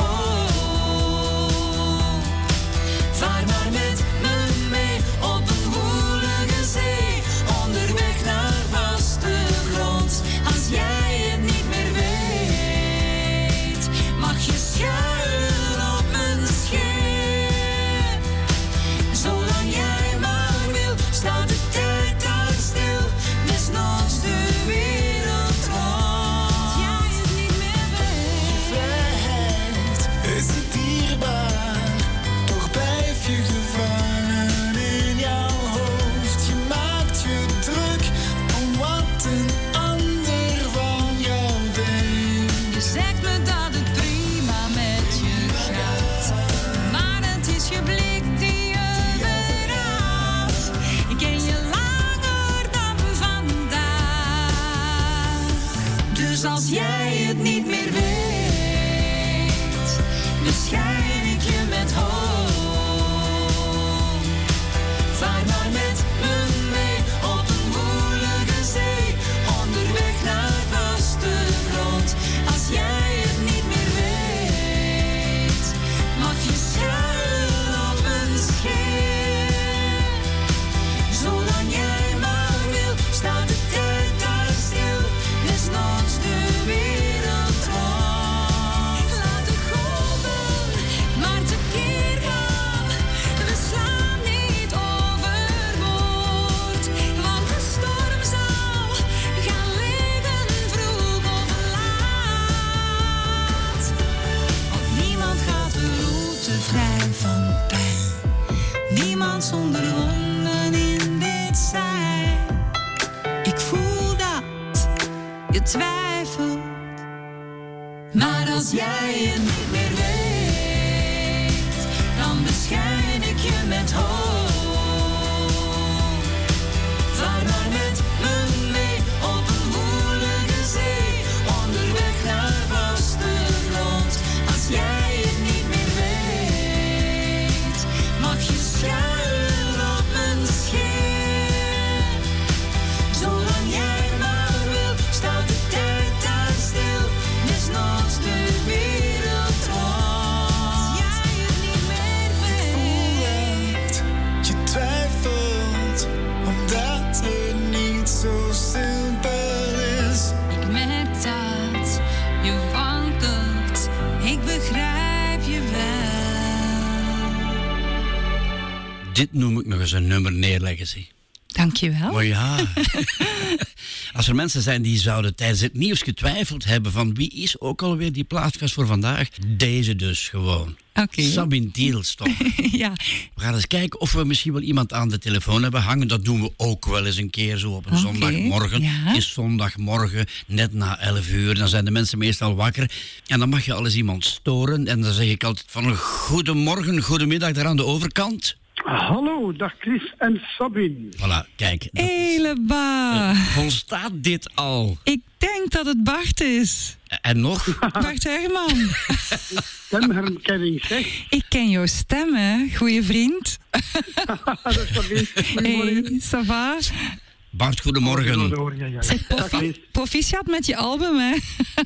hoop. Vaar maar met me mee op een woelige zee, onderweg naar vaste grond. Als jij het niet meer weet, mag je schuilen op mijn schip. Zolang jij maar wil, staat de tijd daar stil. Desnoods de wereld rond. Als jij het niet meer weet. Vrijheid is je dierbaar, toch blijf je gevangen in jouw hoofd. Je maakt je druk om wat een ander van jou denkt. Je zegt me dat het prima met je gaat, maar het is je blik die je verraadt. Ik ken je langer dan vandaag. Dus als jij het niet meer weet, beschijn ik je met hoop. Vaar maar met me mee op een woelige zee, onderweg naar vaste grond. Als jij het niet meer weet, mag je schuilen op een schip. Zolang jij maar wil, staat de tijd daar stil. Desnoods de wereld rond. Laat de golven maar tekeer gaan. We slaan niet overboord, want de storm zal gaan liggen vroeg of laat. Want niemand gaat de route vrij van pijn. Niemand zonder wonden in dit zijn. Ik voel dat je twijfelt, maar als jij het niet meer weet, dan beschijn ik je met hoop. Vaar maar met me mee op een woelige zee, onderweg naar vaste grond. Als jij het niet meer weet, mag je schuilen op mijn schip. Zolang jij maar wil, staat de tijd daar stil. Desnoods de wereld rond. Als jij het niet meer weet. Je twijfelt omdat het niet zo simpel is. Ik merk dat je wankelt, ik begrijp je wel. Dit noem ik nog eens een nummer neerleggen, zie. Dankjewel. Maar ja, als er mensen zijn die zouden tijdens het nieuws getwijfeld hebben van wie is ook alweer die plaatkast voor vandaag, deze dus gewoon. Oké. Sabine Tiels toch. Ja, We gaan eens kijken of we misschien wel iemand aan de telefoon hebben hangen. Dat doen we ook wel eens een keer zo op een Oké, zondagmorgen. ja. Het is zondagmorgen, net na elf uur. Dan zijn de mensen meestal wakker. En dan mag je al eens iemand storen. En dan zeg ik altijd van een goedemorgen, goedemiddag daar aan de overkant. Hallo, dag Chris en Sabine. Voilà, kijk. dat is- helemaal. Volstaat dit al? Ik denk dat het Bart is. En nog? Bart Herman. Stemherkenning, zeg. Ik ken jouw stem, hè. Goeie vriend. Dat is Sabine. Goedemorgen. Hey, ça va? Bart, goedemorgen. Ja, ja, Zeg, ja. Dag Chris. Proficiat met je album, hè.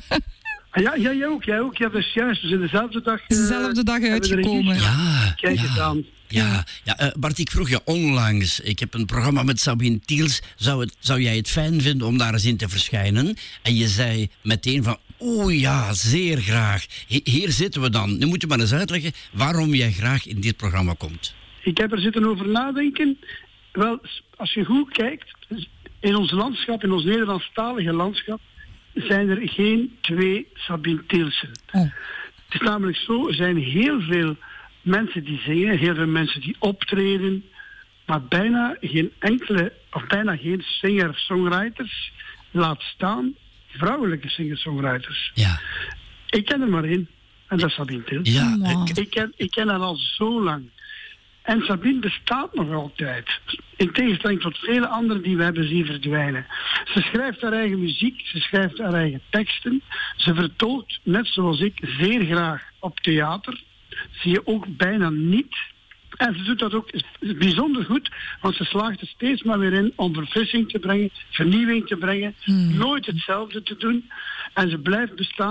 Ah, Ja, ja, jij ook, jij ook. Ja, dat is juist. We zijn dezelfde dag... eh, Dezelfde dag hebben we er uitgekomen. een Ja, Kijk eens ja. aan. Ja, ja eh, Bart, ik vroeg je onlangs. Ik heb een programma met Sabine Tiels. Zou, het, zou jij het fijn vinden om daar eens in te verschijnen? En je zei meteen van, oeh ja, zeer graag. Hi- hier zitten we dan. Nu moet je maar eens uitleggen waarom jij graag in dit programma komt. Ik heb er zitten over nadenken. Wel, als je goed kijkt, in ons landschap, in ons Nederlandstalige landschap, zijn er geen twee Sabine Tielsen. Oh. Het is namelijk zo, er zijn heel veel mensen die zingen, heel veel mensen die optreden, maar bijna geen enkele, of bijna geen singer-songwriters, laat staan vrouwelijke singer-songwriters. Ja, Ik ken er maar één, en dat is Sabine Tiels. ja Wow. ik- Ik ken, ik ken haar al zo lang. En Sabine bestaat nog altijd. In tegenstelling tot vele anderen die we hebben zien verdwijnen. Ze schrijft haar eigen muziek, ze schrijft haar eigen teksten. Ze vertolkt, net zoals ik, zeer graag op theater. Zie je ook bijna niet. En ze doet dat ook bijzonder goed, want ze slaagt er steeds maar weer in om verfrissing te brengen, vernieuwing te brengen, nooit hetzelfde te doen. En ze blijft bestaan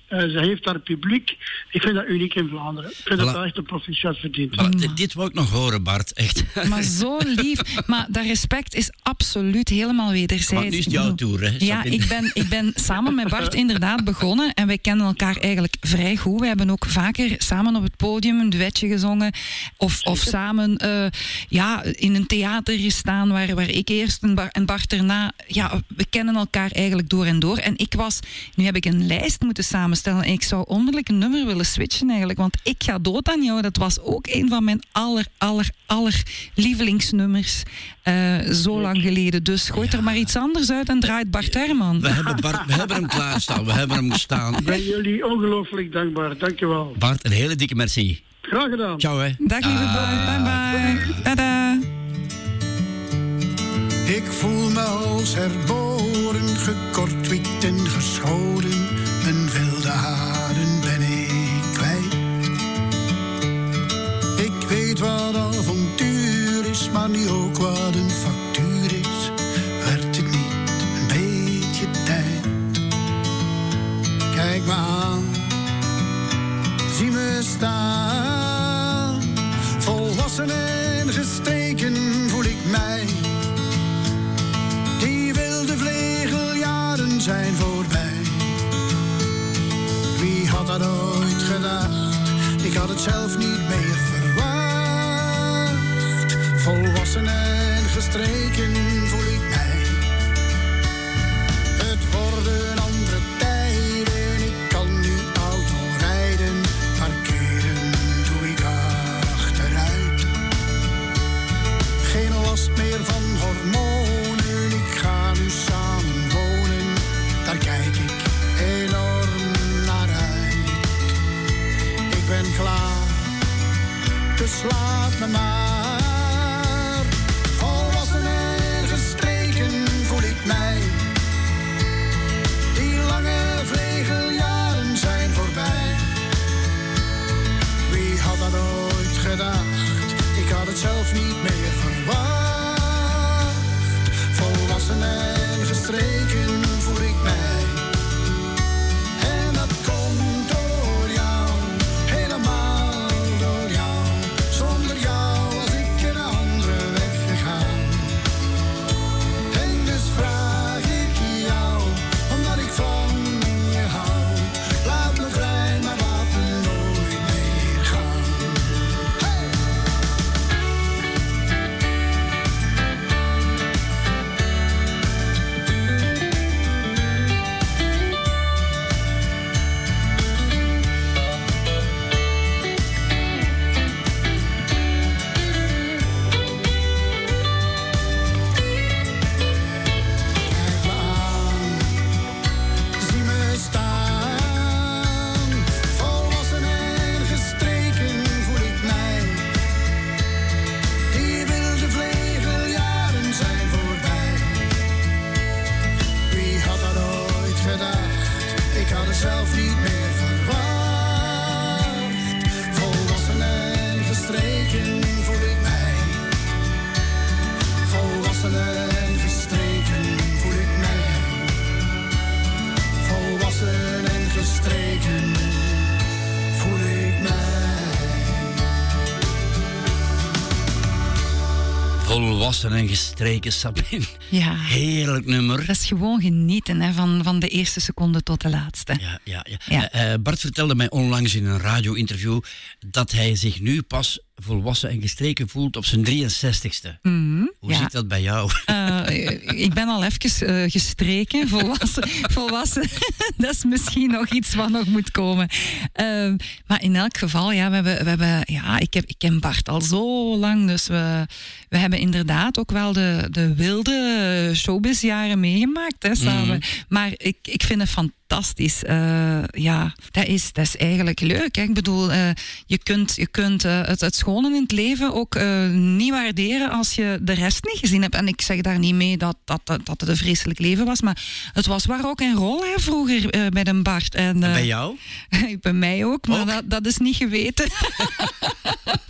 Uh, ze heeft haar publiek. Ik vind dat uniek in Vlaanderen. Ik vind Voilà. dat ze echt een proficiat verdient. Voilà, dit, dit wou ik nog horen, Bart. Echt. Maar zo lief. Maar dat respect is absoluut helemaal wederzijds. Want nu is het jouw tour, hè? Ja, Sabine? ik ben, ik ben samen met Bart inderdaad begonnen en wij kennen elkaar eigenlijk vrij goed. We hebben ook vaker samen op het podium een duetje gezongen of, of samen uh, ja, in een theater gestaan waar, waar ik eerst en, Bar, en Bart erna. Ja, we kennen elkaar eigenlijk door en door. En ik was, nu heb ik een lijst moeten samenstellen en ik zou onmiddellijk een nummer willen switchen eigenlijk, want Ik ga dood aan jou, dat was ook een van mijn aller, aller, aller lievelingsnummers uh, zo lang geleden. Dus gooi Ja. er maar iets anders uit en draait Bart Herman. We hebben, Bart, we hebben hem klaarstaan, we hebben hem staan. Ik ben jullie ongelooflijk dankbaar. Dankjewel. Bart, een hele dikke merci. Graag gedaan. Ciao, hè. Dag lieve Bart, bye bye. Tada. Ik voel me als herboren, gekort, wit en geschoren. Mijn wilde haren ben ik kwijt. Ik weet wat avontuur is, maar nu ook wat een factuur is. Werd het niet een beetje tijd? Kijk me aan, zie me staan. Volwassen en gestreken voel ik mij. Die wilde vlegeljaren zijn voorbij. Wie had dat ooit gedacht? Ik had het zelf niet meer verwacht. Volwassen en gestreken voel ik mij. Het worden andere tijden. Ik kan nu auto rijden. Parkeren doe ik achteruit. Geen last meer van hormonen. Ik ga nu samen wonen. Daar kijk ik enorm naar uit. Ik ben klaar, dus laat me maar. Volwassen en gestreken voel ik mij. Die lange vlegeljaren zijn voorbij. Wie had dat ooit gedacht? Ik had het zelf niet meer verwacht. Volwassen en gestreken voel ik mij. En dat komt door jou, helemaal door jou. Zonder jou was ik een andere weg gegaan. En dus vraag ik jou, omdat ik van je hou. Laat me vrij, maar laat me nooit meer gaan. Hey! Kijk me aan, zie me staan. Volwassen en gestreken voel ik mij. Die wilde vlegeljaren zijn voorbij. Wie had dat ooit gedacht? Ik had het zelf niet meer verwacht. Volwassen en gestreken voel ik mij. Volwassen en gestreken voel ik mij. Volwassen en gestreken voel ik mij. Volwassen en gestreken, Sabine. Ja. Heerlijk nummer. Dat is gewoon genieten hè, van, van de eerste seconde tot de laatste. Ja, ja, ja. Ja. Eh, eh, Bart vertelde mij onlangs in een radio-interview dat hij zich nu pas volwassen en gestreken voelt op zijn drieënzestigste. Mhm, Hoe ja. zit dat bij jou? Uh, ik ben al even uh, gestreken, volwassen. volwassen. Dat is misschien nog iets wat nog moet komen. Uh, maar in elk geval, ja, we hebben, we hebben, ja ik, heb, ik ken Bart al zo lang. Dus we, we hebben inderdaad ook wel de, de wilde showbizjaren meegemaakt hè, samen. Mhm. Maar ik, ik vind het fantastisch. Uh, ja, dat is, dat is eigenlijk leuk. Hè. Ik bedoel, uh, je kunt, je kunt uh, het, het schone in het leven ook uh, niet waarderen als je de rest niet gezien hebt. En ik zeg daar niet mee dat, dat, dat, dat het een vreselijk leven was, maar het was waar ook een rol hè, vroeger uh, met een Bart. En, uh, En bij jou? bij mij ook, maar Ook? dat, dat is niet geweten.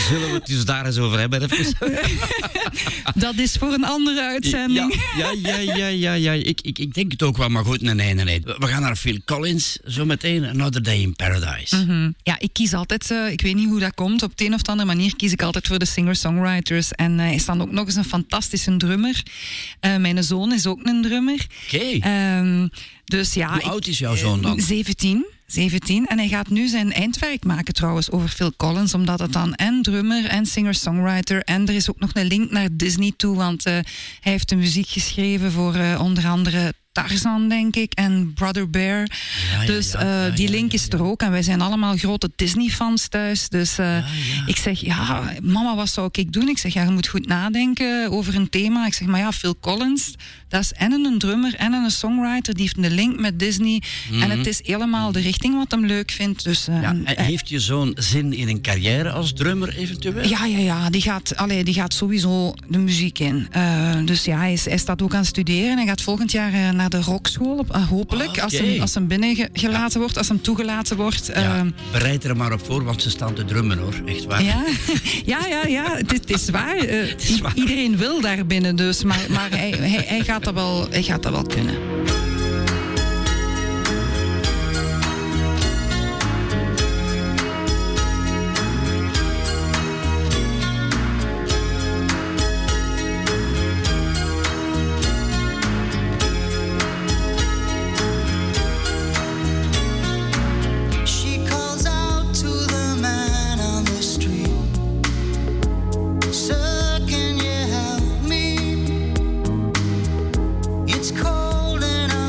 Zullen we het dus daar eens over hebben? Even? Dat is voor een andere uitzending. Ja, ja, ja, ja, ja, ja. Ik, ik, ik denk het ook wel, maar goed, nee, nee, nee. We gaan naar Phil Collins zo meteen. Another Day in Paradise. Mm-hmm. Ja, ik kies altijd, uh, ik weet niet hoe dat komt, op de een of andere manier kies ik altijd voor de singer-songwriters. En uh, hij is dan ook nog eens een fantastische drummer. Uh, mijn zoon is ook een drummer. Oké. Okay. Um, dus ja, hoe oud is jouw zoon dan? zeventien. zeventien. En hij gaat nu zijn eindwerk maken trouwens over Phil Collins, omdat het dan en drummer en singer-songwriter en er is ook nog een link naar Disney toe, want uh, hij heeft de muziek geschreven voor uh, onder andere Tarzan, denk ik, en Brother Bear. Ja, ja, dus uh, ja, ja, die link ja, ja, ja. is er ook. En wij zijn allemaal grote Disney-fans thuis. Dus uh, ja, ja. ik zeg, ja, mama, wat zou ik doen? Ik zeg, ja, je moet goed nadenken over een thema. Ik zeg, maar ja, Phil Collins, dat is en een drummer en een songwriter. Die heeft een link met Disney. Mm-hmm. En het is helemaal de richting wat hem leuk vindt. Dus, uh, ja, en uh, heeft je zo'n zin in een carrière als drummer eventueel? Ja, ja, ja. Die gaat, allee, die gaat sowieso de muziek in. Uh, dus ja, hij, is, hij staat ook aan het studeren. Hij gaat volgend jaar uh, naar de rockschool, uh, hopelijk. Oh, okay. als, hem, als hem binnengelaten ja. wordt, als hem toegelaten wordt. Ja, uh, bereid er maar op voor, want ze staan te drummen, hoor. Echt waar. Ja, ja, ja. ja. Het, is, het is waar. Uh, het is waar. I- iedereen wil daar binnen, dus. Maar, maar hij, hij, hij, gaat dat wel, hij gaat dat wel kunnen. It's cold and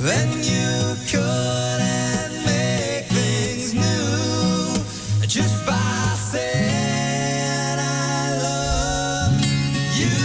when you couldn't make things new just by saying I love you.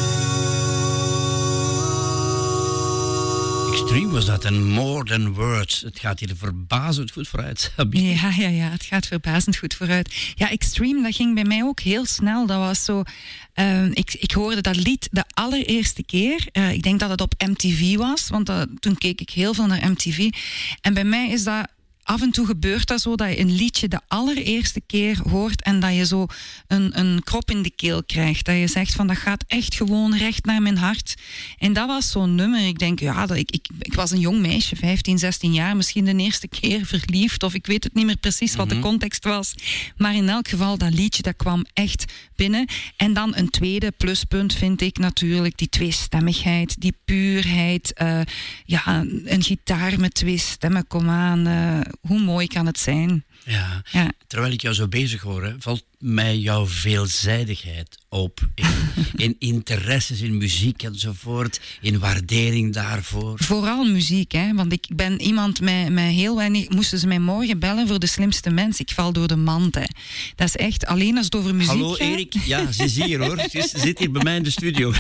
Extreme was dat en More Than Words. Het gaat hier verbazend goed vooruit, Sabine. Ja, ja, ja, het gaat verbazend goed vooruit. Ja, Extreme, dat ging bij mij ook heel snel. Dat was zo... Uh, ik, ik hoorde dat lied de allereerste keer. Uh, ik denk dat het op M T V was, want uh, toen keek ik heel veel naar M T V. En bij mij is dat... Af en toe gebeurt dat zo, dat je een liedje de allereerste keer hoort en dat je zo een, een krop in de keel krijgt. Dat je zegt van, dat gaat echt gewoon recht naar mijn hart. En dat was zo'n nummer. Ik denk, ja, dat ik, ik, ik was een jong meisje, vijftien, zestien jaar, misschien de eerste keer verliefd, of ik weet het niet meer precies wat mm-hmm. de context was. Maar in elk geval, dat liedje, dat kwam echt binnen. En dan een tweede pluspunt vind ik natuurlijk, die tweestemmigheid, die puurheid. Uh, ja, een gitaar met twee stemmen, kom aan... Uh, hoe mooi kan het zijn? Ja. ja. Terwijl ik jou zo bezig hoor, hè, valt mij jouw veelzijdigheid op. In, in interesses in muziek enzovoort, in waardering daarvoor. Vooral muziek, hè? Want ik ben iemand met, met heel weinig... Moesten ze mij morgen bellen voor de slimste mens? Ik val door de mand, hè. Dat is echt, alleen als het over muziek Hallo gaat... Erik, ja, ze is hier hoor. Ze zit hier bij mij in de studio.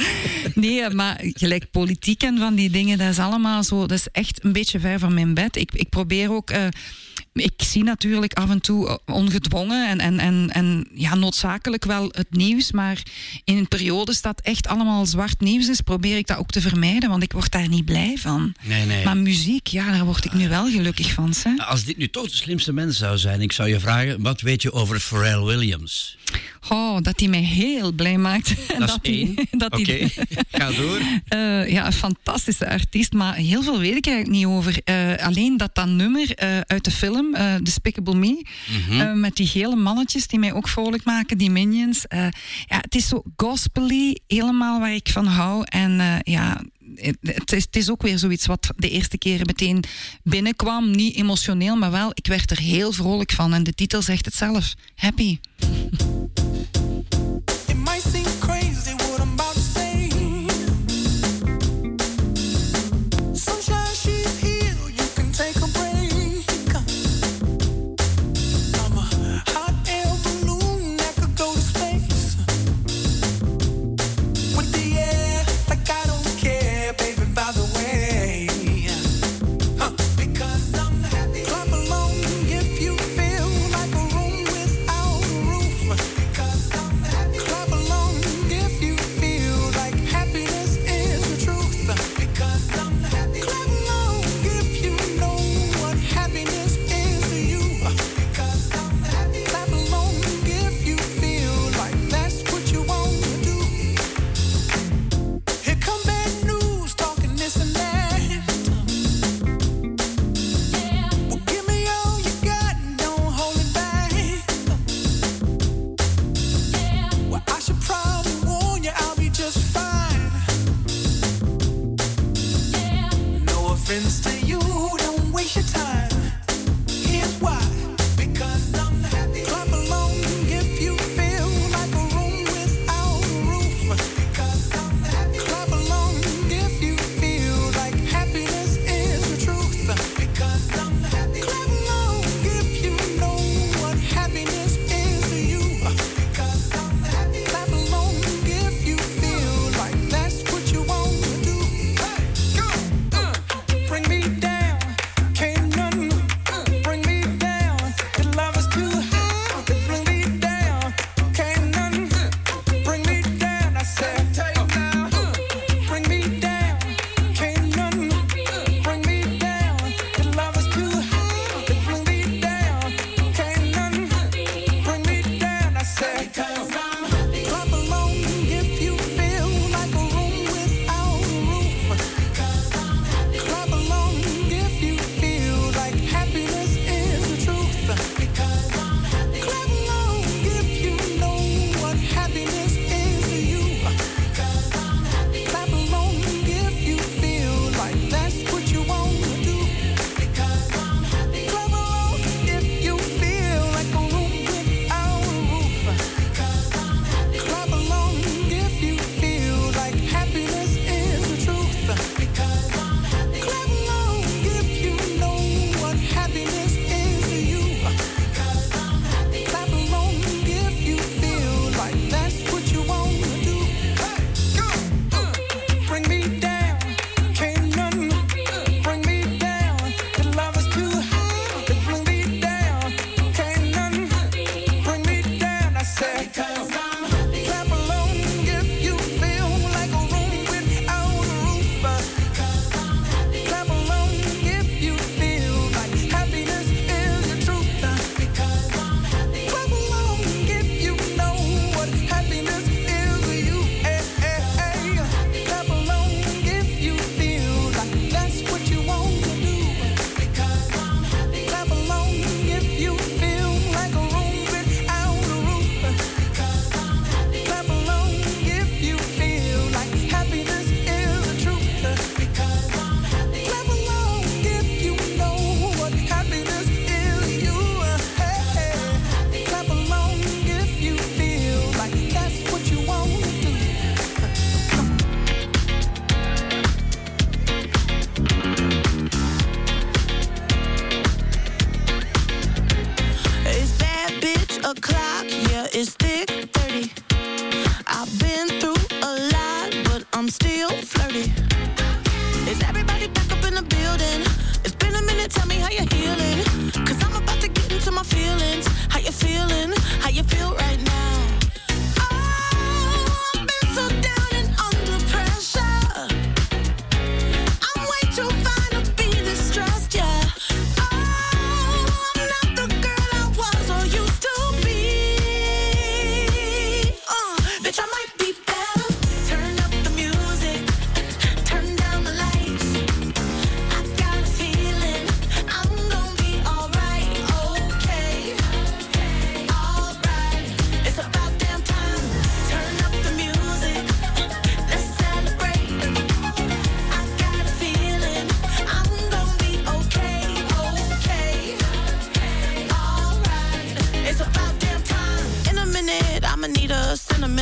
Nee, maar gelijk politiek en van die dingen, dat is allemaal zo... Dat is echt een beetje ver van mijn bed. Ik, ik probeer ook... Uh, Ik zie natuurlijk af en toe ongedwongen en, en, en, en ja, noodzakelijk wel het nieuws, maar in een periode dat echt allemaal zwart nieuws is, probeer ik dat ook te vermijden, want ik word daar niet blij van. Nee, nee. Maar muziek, ja, daar word ik nu wel gelukkig van. Hè? Als dit nu toch de slimste mens zou zijn, ik zou je vragen, wat weet je over Pharrell Williams? Oh, dat hij mij heel blij maakt. Dat, dat is één. Oké, okay. Ga door. Uh, ja, een fantastische artiest, maar heel veel weet ik eigenlijk niet over. Uh, alleen dat dat nummer uh, uit de film, uh, Despicable Me, mm-hmm. uh, met die gele mannetjes die mij ook vrolijk maken, die Minions. Uh, ja, het is zo gospely, helemaal waar ik van hou. En uh, ja... Het is, het is ook weer zoiets wat de eerste keer meteen binnenkwam. Niet emotioneel, maar wel, ik werd er heel vrolijk van. En de titel zegt het zelf. Happy. It might seem crazy what I'm about to say. Sunshine, she's here, you can take a break. I'm a hot air balloon that could go to space. With the air, like I don't care, baby, by the way. Huh. Because I'm happy. Clap along if you feel like a room without a roof. Because I'm happy. Clap along if you feel like happiness is the truth. Because I'm happy. Clap along if you know what happiness is to you. Because I'm happy. Clap along if you feel like that's what you want to do. Here come bad news, talking this and that. Well, give me all you got and don't hold it back. Well, I should probably warn you, I'll be just fine. No offense to you, don't waste your time. Here's why. Because I'm happy. Clap along if you feel like a room without a roof. Because I'm happy. Clap along if you feel like happiness is the truth. Because I'm happy. Clap along if you know what happiness is to you. Because I'm happy. Clap along if you feel like that's what you want to do. Hey, go, uh, bring me down. Can't nothing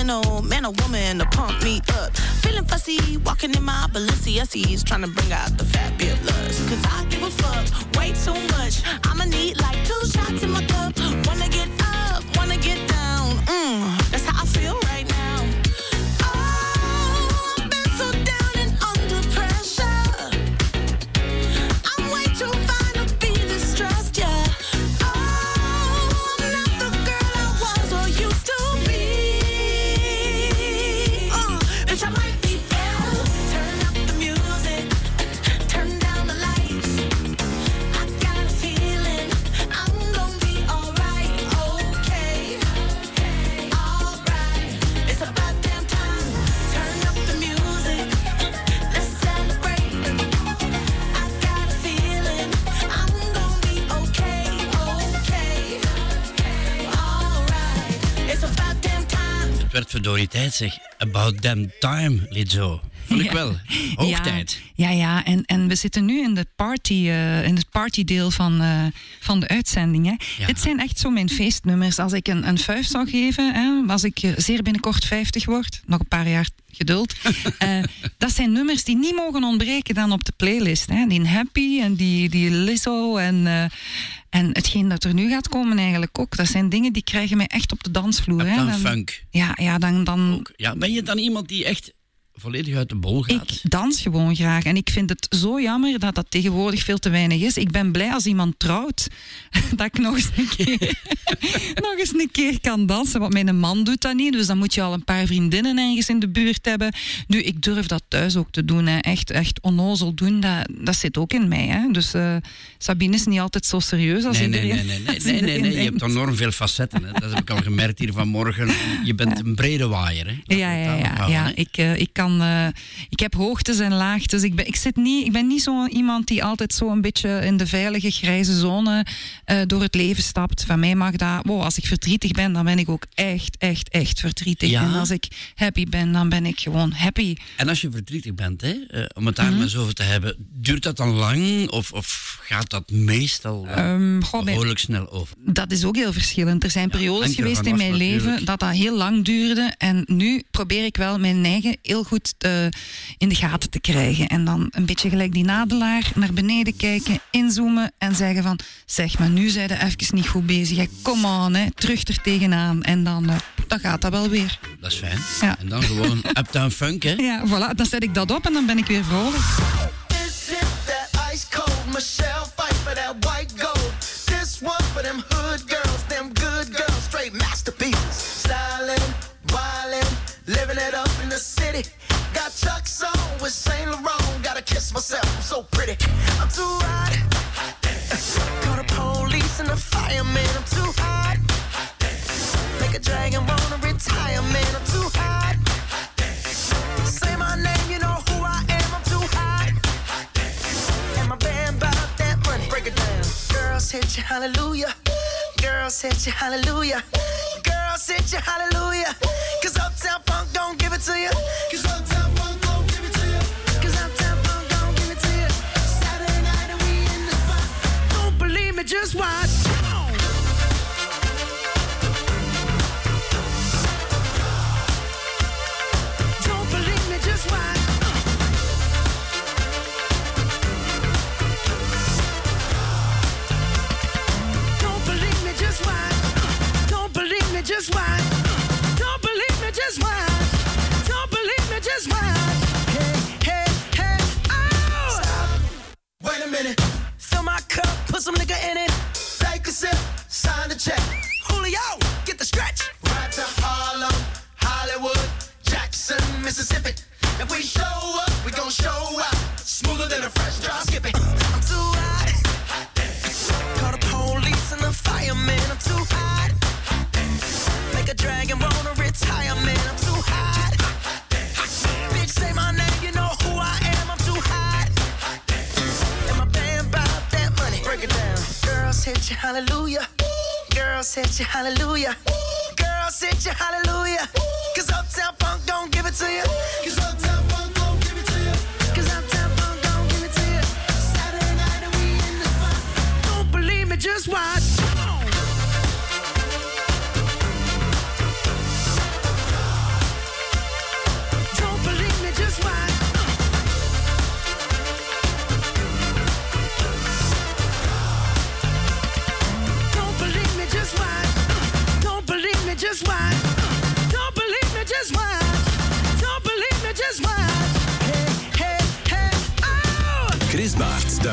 an old man or woman to pump me up. Feeling fussy, walking in my Balenciennes, trying to bring out the fat beard lust. Cause I give a fuck way too much. I'ma need like two shots in my cup. Wanna get up, wanna get down. Mm, that's how I feel right now. Oh, I've been so down and under pressure. I'm way too fine to be this stressed, yeah. Oh, I'm not the girl I was or used to be. Uh, bitch, I might be better. Turn up the music, turn down the lights. I got a feeling I'm gonna be alright, okay, alright. It's about damn time. Turn up the music, let's celebrate. I got a feeling I'm gonna be okay, okay, alright. It's about damn time. Het werd verdorie tijd, zeg. About damn time, Lizzo. Vond ik Ja. wel. Hoog tijd. Ja, ja, en, en we zitten nu in, de party, eh, in het partydeel van, eh, van de uitzending. Hè. Ja. Dit zijn echt zo mijn feestnummers. Als ik een, een vuist zou geven, hè, als ik eh, zeer binnenkort vijftig word, nog een paar jaar geduld, eh, dat zijn nummers die niet mogen ontbreken dan op de playlist. Hè. Die Happy en die, die Lizzo en... eh, en hetgeen dat er nu gaat komen eigenlijk ook, dat zijn dingen die krijgen mij echt op de dansvloer. Hè. Dan Dan- funk. Ja, ja dan, dan, Ook. Ja, ben je dan iemand die echt volledig uit de bol gaat? Ik dans gewoon graag. En ik vind het zo jammer dat dat tegenwoordig veel te weinig is. Ik ben blij als iemand trouwt, dat ik nog eens een keer, nog eens een keer kan dansen. Want mijn man doet dat niet, dus dan moet je al een paar vriendinnen ergens in de buurt hebben. Nu, ik durf dat thuis ook te doen. Hè. Echt, echt onnozel doen, dat, dat zit ook in mij. Hè. Dus uh, Sabine is niet altijd zo serieus als Nee, nee, iedereen. nee, nee, nee, als nee, nee, iedereen nee. Je denkt. hebt enorm veel facetten. Hè. Dat heb ik al gemerkt hier vanmorgen. Je bent een brede waaier. Hè. Laten Ja, we het ja, daarop ja, houden, ja. hè. Ik, uh, ik, kan, uh, ik heb hoogtes en laagtes. Ik ben, ik zit niet, ik ben niet zo iemand die altijd zo een beetje in de veilige grijze zone uh, door het leven stapt. Van mij mag dat... Wow, als ik verdrietig ben, dan ben ik ook echt, echt, echt verdrietig. Ja? En als ik happy ben, dan ben ik gewoon happy. En als je verdrietig bent, hè, uh, om het daar Mhm. maar eens over te hebben, duurt dat dan lang of, of gaat dat meestal wel Um, goh, bij- behoorlijk snel over? Dat is ook heel verschillend. Er zijn periodes hangt er geweest in vanaf mijn natuurlijk. leven dat dat heel lang duurde. En nu probeer ik wel mijn eigen heel goed te, in de gaten te krijgen. En dan een beetje gelijk die nadelaar naar beneden kijken, inzoomen en zeggen van... Zeg maar, nu zijn we even niet goed bezig. Hè. Come on, hè. Terug er tegenaan. En dan, uh, dan gaat dat wel weer. Dat is fijn. Ja. En dan gewoon Uptown Funk, hè? Ja, voilà. Dan zet ik dat op en dan ben ik weer vrolijk. This is that ice cold Michelle fight for that white gold. This one for them hood girls, them good girls, straight masterpieces. Styling, wildin', living it up in the city. Got Chuck's on with Saint Laurent. Gotta kiss myself, I'm so pretty. I'm too hot. Call the police and the fireman. I'm too hot. Make a dragon wanna retire, man. I'm too hot. Say my name, you know who I am. I'm too hot. And my band bought that money. Break it down. Girls hit you, hallelujah. Girls hit you, hallelujah. Girls hit you, hallelujah. Cause Uptown Funk don't give it to you. Cause Uptown Funk don't give it to you. Cause Uptown Funk don't give it to you. Saturday night and we in the spot. Don't believe me, just watch. Don't believe me, just watch. Don't believe me, just watch. Don't believe me, just watch. Don't believe me, just watch. Don't believe me, just watch. Hey, hey, hey, oh! Stop. Wait a minute. Fill my cup, put some nigga in it. Take a sip, sign the check. Julio, get the stretch. Right to Harlem, Hollywood, Jackson, Mississippi. If we show up, we gon' show out. Smoother than a fresh drop. Skip it. I'm too hot. Call the police and the fireman. I'm too hot. Make a dragon wanna retire, man. I'm too hot. Bitch, say my name, you know who I am. I'm too hot. And my band bought that money. Break it down. Girls hit you, hallelujah. Girls hit you, hallelujah. Girls hit you, hallelujah. Cause Uptown Funk don't give it to you. Cause Uptown Funk don't give it to you. Cause Uptown Funk don't give it to you. Saturday night and we in the spot. Don't believe me, just watch. Come on.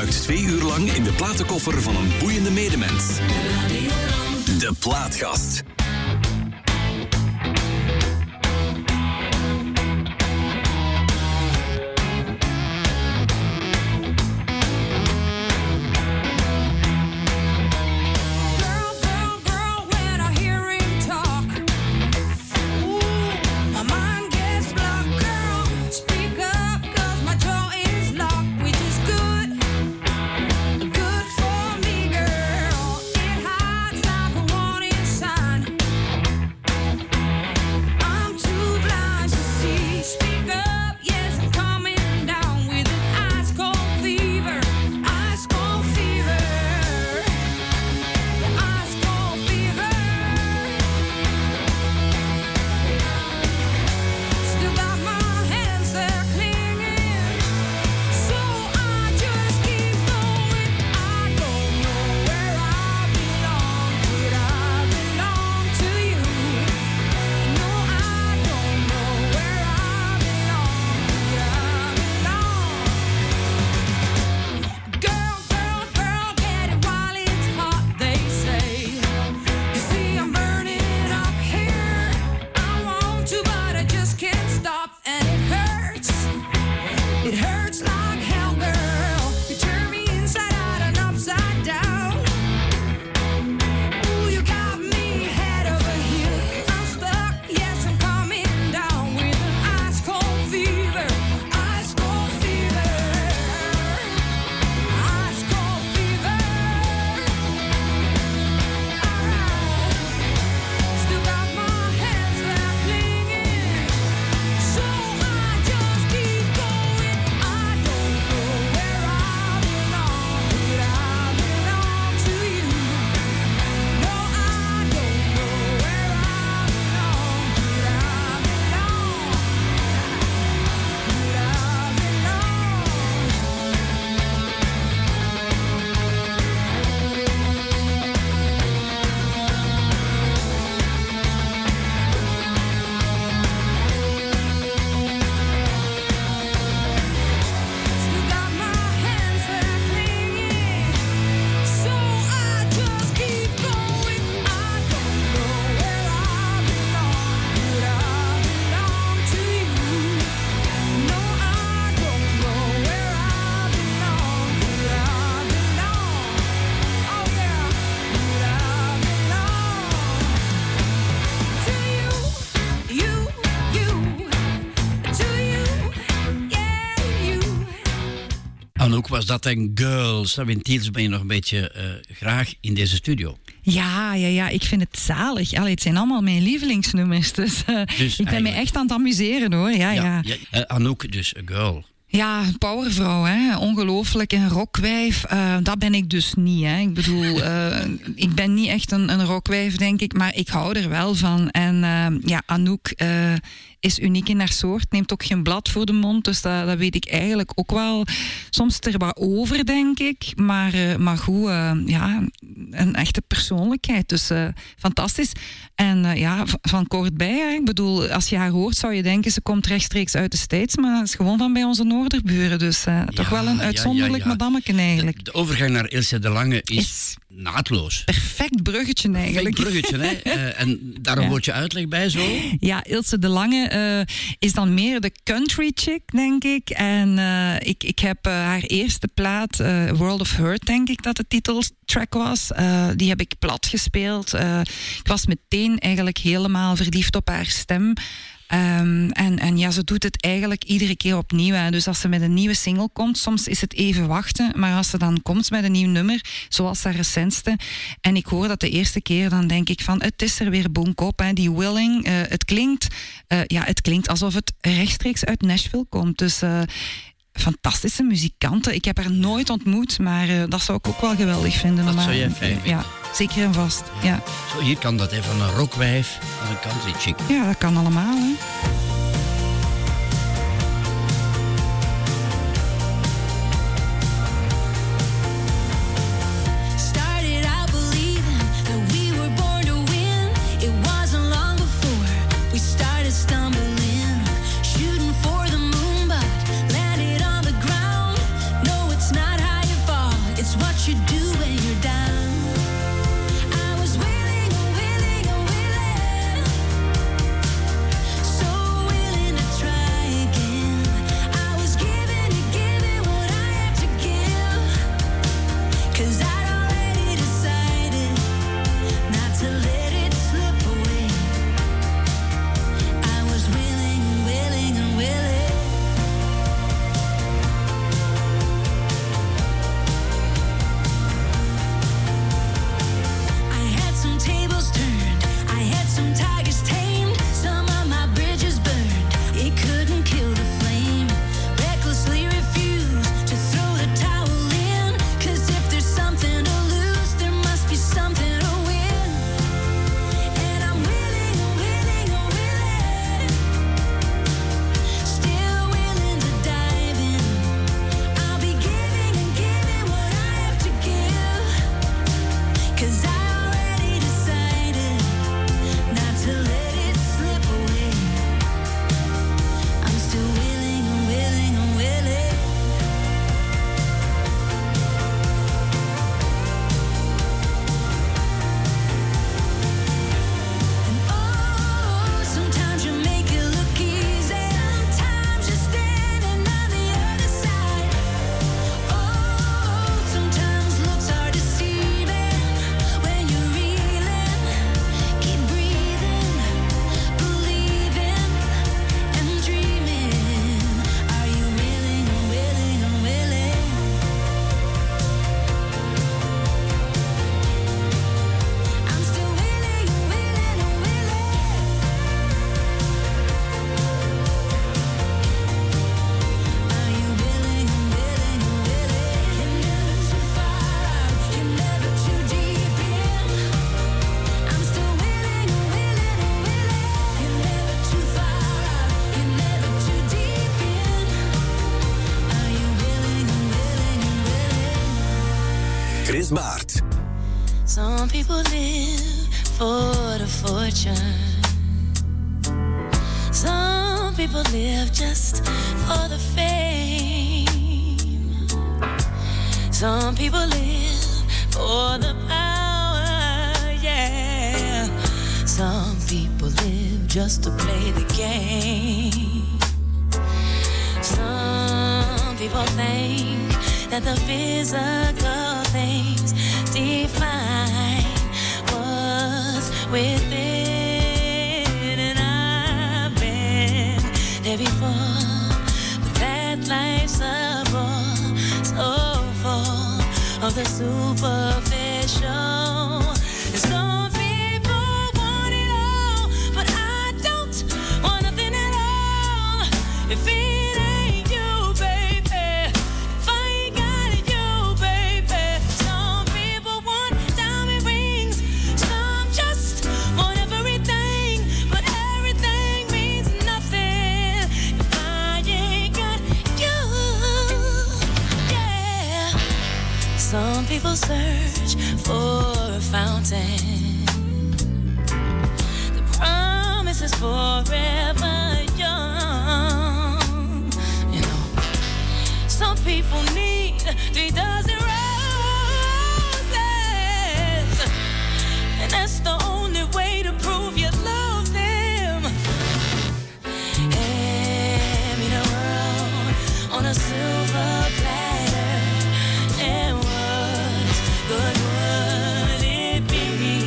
duikt twee uur lang in de platenkoffer van een boeiende medemens. De Plaatgast. Anouk, was dat een girl? Sabine Tiels, ben je nog een beetje uh, graag in deze studio? Ja, ja, ja, ik vind het zalig. Allee, het zijn allemaal mijn lievelingsnummers. Dus, uh, dus ik ben me echt aan het amuseren hoor. Ja, ja. ja. ja uh, Anouk, dus een girl. Ja, powervrouw, hè. Ongelooflijk. Een rockwijf, uh, dat ben ik dus niet. Hè. Ik bedoel, uh, ik ben niet echt een, een rockwijf, denk ik, maar ik hou er wel van. En uh, ja, Anouk uh, is uniek in haar soort, neemt ook geen blad voor de mond, dus dat, dat weet ik eigenlijk ook wel. Soms er wat over, denk ik, maar, uh, maar goed, uh, ja, een echte persoonlijkheid. Dus uh, fantastisch. En uh, ja, v- van kort bij, hè. Ik bedoel, als je haar hoort, zou je denken, ze komt rechtstreeks uit de States, maar het is gewoon van bij onze Noorderburen. Dus uh, ja, toch wel een uitzonderlijk ja, ja, ja. madammeken eigenlijk. De, de overgang naar Ilse de Lange is, is naadloos. Perfect bruggetje eigenlijk. Perfect bruggetje, hè. uh, en daar een ja. woordje uitleg bij zo. Ja, Ilse de Lange uh, is dan meer de country chick, denk ik. En uh, ik, ik heb uh, haar eerste plaat, uh, World of Hurt, denk ik dat de titeltrack was. Uh, die heb ik plat gespeeld. Uh, ik was meteen eigenlijk helemaal verliefd op haar stem. Um, en, en ja, ze doet het eigenlijk iedere keer opnieuw. Hè. Dus als ze met een nieuwe single komt, soms is het even wachten. Maar als ze dan komt met een nieuw nummer, zoals haar recentste, en ik hoor dat de eerste keer, dan denk ik van, het is er weer boomkop, hè, die Willing. Uh, het klinkt, uh, ja, het klinkt alsof het rechtstreeks uit Nashville komt. Dus uh, fantastische muzikanten. Ik heb haar nooit ontmoet, maar uh, dat zou ik ook wel geweldig vinden. Dat maar, zou jij fijn vinden. Ja, zeker en vast. Ja. Zo, hier kan dat, hè, van een rockwijf naar een country chick. Ja, dat kan allemaal, hè. Shooting for the moon, but landed on the ground. No, it's not how you fall. what you do when you're down. I was willing, willing, willing, so willing to try again. I was giving, giving what I had to give, 'cause I'd already decided not to let it slip away. I was willing, willing, willing. I had some tables turned, I had some tigers tamed, some of my bridges burned. It couldn't kill the flame. Recklessly refused to throw the towel in, 'cause if there's something to lose, there must be something to win. And I'm willing, willing, willing, still willing to dive in. I'll be giving and giving what I have to give, 'cause I already decided not to let it slip away. I'm still willing, willing, willing. And oh, sometimes you make it look easy, sometimes you're standing on the other side. Oh, sometimes looks are deceiving when you're reeling. Keep breathing, believing, and dreaming. Are you willing, willing, willing? I'm still willing, willing, willing. Are you willing, willing, willing? You're never too far out, you're never too deep in. I'm still willing, willing, willing. You're never too far out, you're never too deep in. Are you willing, willing, willing? Chris Baert. Some people live for the fortune. Some people live just for the fame. Some people live for the power, yeah. Some people live just to play the game. Some people think that the physical things define what's within, and I've been there before, but that life's a bore so full of the superficial. And some people want it all, but I don't want nothing at all. If it ain't you, baby, if I ain't got it, you, baby. Some people want diamond rings, some just want everything, but everything means nothing if I ain't got you. Yeah. Some people search for a fountain. The promise is forever young. You know, some people need three dozen roses, and that's the only way to prove you love them. Hand me the world on a silver platter, and what good would it be?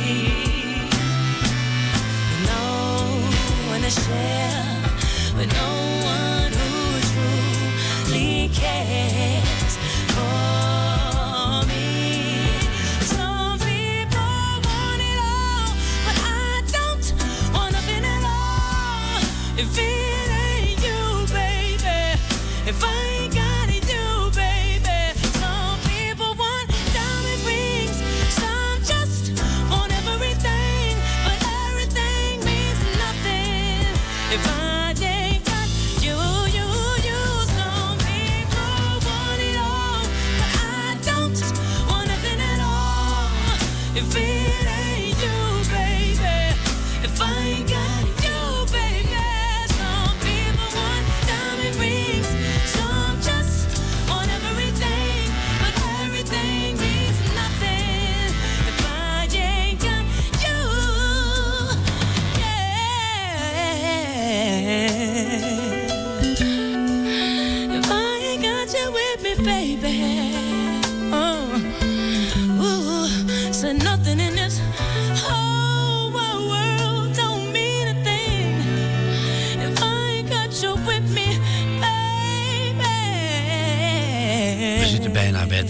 No one to share, but no one who truly cares for me. Some people want it all, but I don't want nothing at all. If it ain't you, baby, if I ain't got it, you, baby. Some people want diamond rings, some just want everything, but everything means nothing if I ain't got you, you, you. Some people want it all, but I don't want nothing at all. If it ain't you, baby, if I ain't got you, baby. Some people want diamond rings, some just want everything, but everything means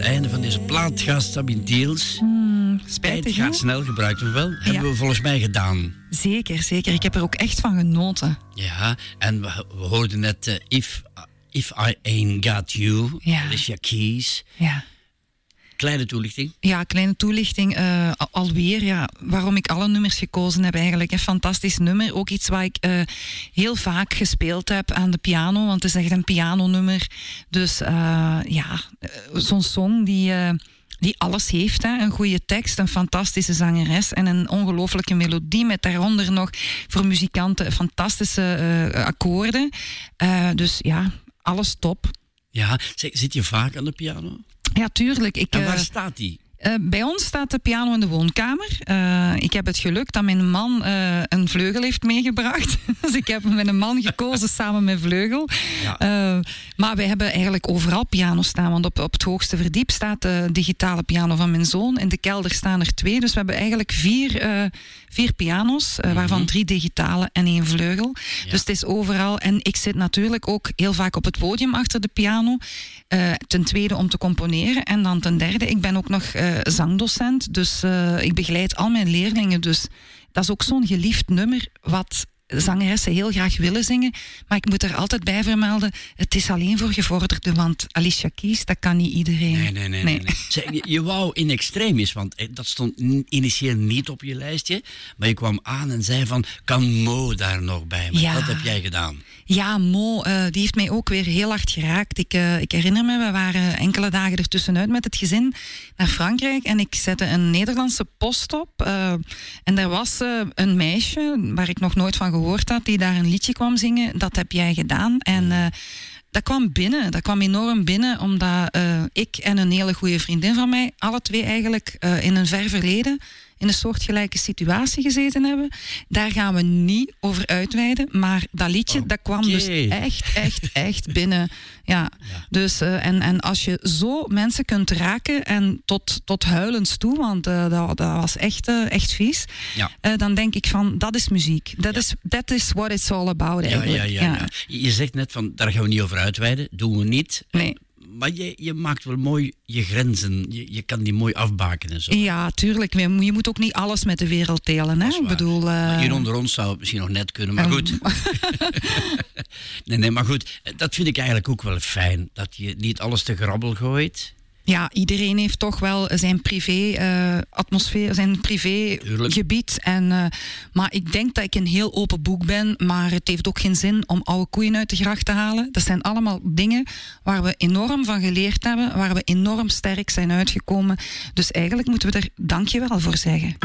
einde van deze plaatgast, Sabine Tiels. Hmm, Tijd spijtig, gaat hoor. snel, gebruikt we wel. Hebben Ja. we volgens mij gedaan. Zeker, zeker. Ik heb er ook echt van genoten. Ja, en we, we hoorden net eh, If, If I Ain't Got You, Ja. Alicia Keys. Ja. Kleine toelichting. Ja, kleine toelichting eh, al- alweer. Ja, waarom ik alle nummers gekozen heb eigenlijk. Een fantastisch nummer. Ook iets wat ik eh, heel vaak gespeeld heb aan de piano. Want het is echt een pianonummer. Dus eh, ja, eh, zo'n song die... eh, die alles heeft, hè. Een goede tekst, een fantastische zangeres en een ongelooflijke melodie met daaronder nog voor muzikanten fantastische eh, akkoorden. Eh, dus ja, alles top. Ja, zeg, zit je vaak aan de piano? Ja, tuurlijk. Ik, En waar eh, staat die? Uh, bij ons staat de piano in de woonkamer. Uh, ik heb het geluk dat mijn man uh, een vleugel heeft meegebracht. Dus ik heb met een man gekozen samen met vleugel. Ja. Uh, maar wij hebben eigenlijk overal piano staan. Want op, op het hoogste verdiep staat de digitale piano van mijn zoon. In de kelder staan er twee. Dus we hebben eigenlijk vier, uh, vier piano's. Uh, Mm-hmm. waarvan drie digitale en één vleugel. Ja. Dus het is overal. En ik zit natuurlijk ook heel vaak op het podium achter de piano. Uh, ten tweede om te componeren. En dan ten derde, ik ben ook nog uh, zangdocent. Dus uh, ik begeleid al mijn leerlingen. Dus dat is ook zo'n geliefd nummer wat zangeressen heel graag willen zingen. Maar ik moet er altijd bij vermelden, het is alleen voor gevorderden. Want Alicia Keys, dat kan niet iedereen. Nee, nee, nee. nee. nee. Zeg, je, je wou in extremis, want eh, dat stond n- initieel niet op je lijstje. Maar je kwam aan en zei van, kan Mo daar nog bij? Maar Ja. wat heb jij gedaan? Ja, Mo, uh, die heeft mij ook weer heel hard geraakt. Ik, uh, ik herinner me, we waren enkele dagen ertussenuit met het gezin naar Frankrijk. En ik zette een Nederlandse post op. Uh, en daar was uh, een meisje, waar ik nog nooit van gehoord had, die daar een liedje kwam zingen. Dat heb jij gedaan. En uh, dat kwam binnen. Dat kwam enorm binnen, omdat uh, ik en een hele goede vriendin van mij, alle twee eigenlijk uh, in een ver verleden in een soortgelijke situatie gezeten hebben. Daar gaan we niet over uitweiden, maar dat liedje, Okay. dat kwam dus echt, echt, echt binnen. Ja. Ja. Dus, uh, en, en als je zo mensen kunt raken en tot, tot huilens toe, want uh, dat, dat was echt, uh, echt vies, Ja. uh, dan denk ik van, dat is muziek. Dat Ja. is that is what it's all about Ja, eigenlijk. ja, ja, ja. Je zegt net van, daar gaan we niet over uitweiden. Doen we niet. Nee. Maar je, je maakt wel mooi je grenzen. Je, je kan die mooi afbaken en zo. Ja, tuurlijk. Je moet ook niet alles met de wereld delen. Hè? Dat is Ik waar. bedoel, uh, Hier onder ons zou het misschien nog net kunnen, maar um, goed. nee, nee, maar goed. Dat vind ik eigenlijk ook wel fijn. Dat je niet alles te grabbel gooit. Ja, iedereen heeft toch wel zijn privé-atmosfeer, zijn privégebied. En, uh, maar ik denk dat ik een heel open boek ben. Maar het heeft ook geen zin om oude koeien uit de gracht te halen. Dat zijn allemaal dingen waar we enorm van geleerd hebben. Waar we enorm sterk zijn uitgekomen. Dus eigenlijk moeten we er dankjewel voor zeggen.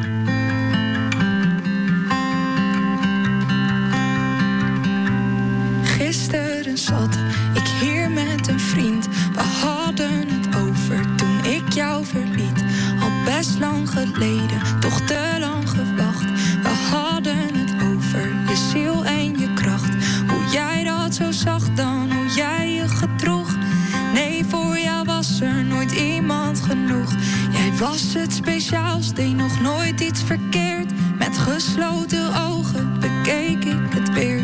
Gisteren zat ik hier met een vriend. We hadden het over toen ik jou verliet. Al best lang geleden, toch te lang gewacht. We hadden het over je ziel en je kracht. Hoe jij dat zo zag dan, hoe jij je gedroeg. Nee, voor jou was er nooit iemand genoeg. Jij was het speciaals, deed nog nooit iets verkeerd. Met gesloten ogen bekeek ik het weer.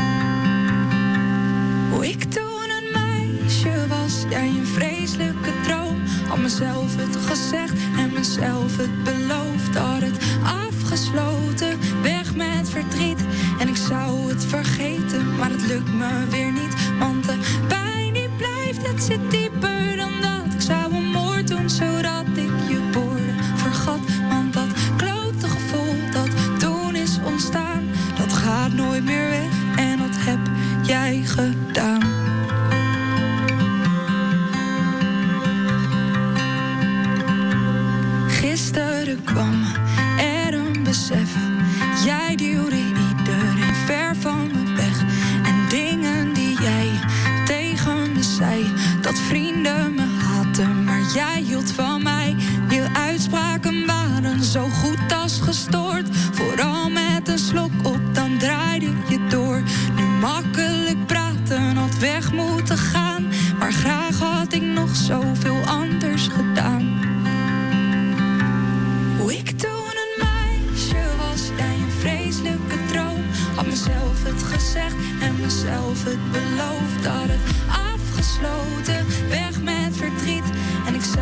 Hoe ik toen een meisje was, jij een vreselijke droom. Had mezelf het gezegd en mezelf het beloofd. Had het afgesloten, weg met verdriet. En ik zou het vergeten, maar het lukt me weer niet. Want de pijn die blijft, het zit dieper dan dat. Ik zou een moord doen, zodat ik je woorden vergat. Want dat klote gevoel dat toen is ontstaan, dat gaat nooit meer weg. En dat heb jij gedaan. Gisteren kwam er een besef. Jij duwde iedereen ver van me weg. En dingen die jij tegen me zei, dat vrienden me haten, maar jij hield van mij. Je uitspraken waren zo goed als gestoord. Vooral met een slok op, dan draaide je door. Nu makkelijk praten, had weg moeten gaan. Maar graag had ik nog zoveel anders gedaan. Hoe ik toen een meisje was, jij een vreselijke droom. Had mezelf het gezegd en mezelf het beloofd. Had het afgesloten, weg met verdriet. En ik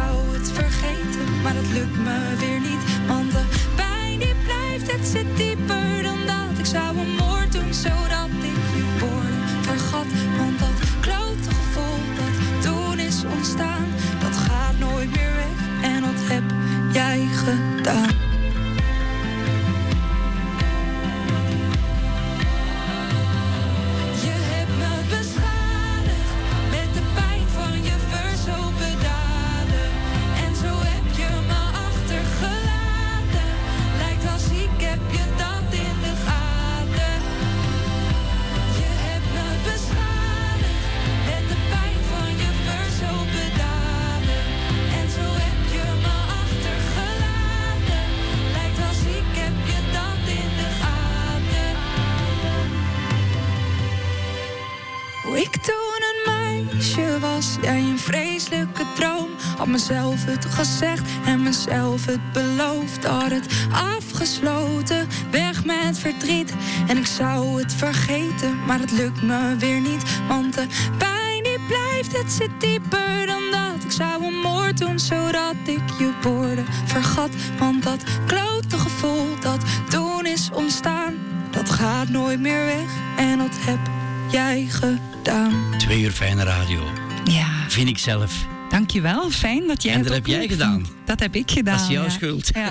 maar het lukt me weer niet. Want de pijn die blijft, het zit dieper dan dat. Ik zou een moord doen, zodat ik je woorden vergat. Want dat klote gevoel dat toen is ontstaan, dat gaat nooit meer weg. En wat heb jij gedaan? Ik toen een meisje was, jij een vreselijke droom. Had mezelf het gezegd en mezelf het beloofd. Had het afgesloten, weg met verdriet. En ik zou het vergeten, maar het lukt me weer niet. Want de pijn die blijft, het zit dieper dan dat. Ik zou een moord doen, zodat ik je woorden vergat. Want dat klote gevoel dat toen is ontstaan, dat gaat nooit meer weg. En dat heb jij gedaan. Twee uur fijne radio. Ja. Vind ik zelf. Dankjewel, fijn dat jij En het dat ook heb jij leuk gedaan. vindt. Dat heb ik gedaan. Dat is jouw ja. schuld. Ja.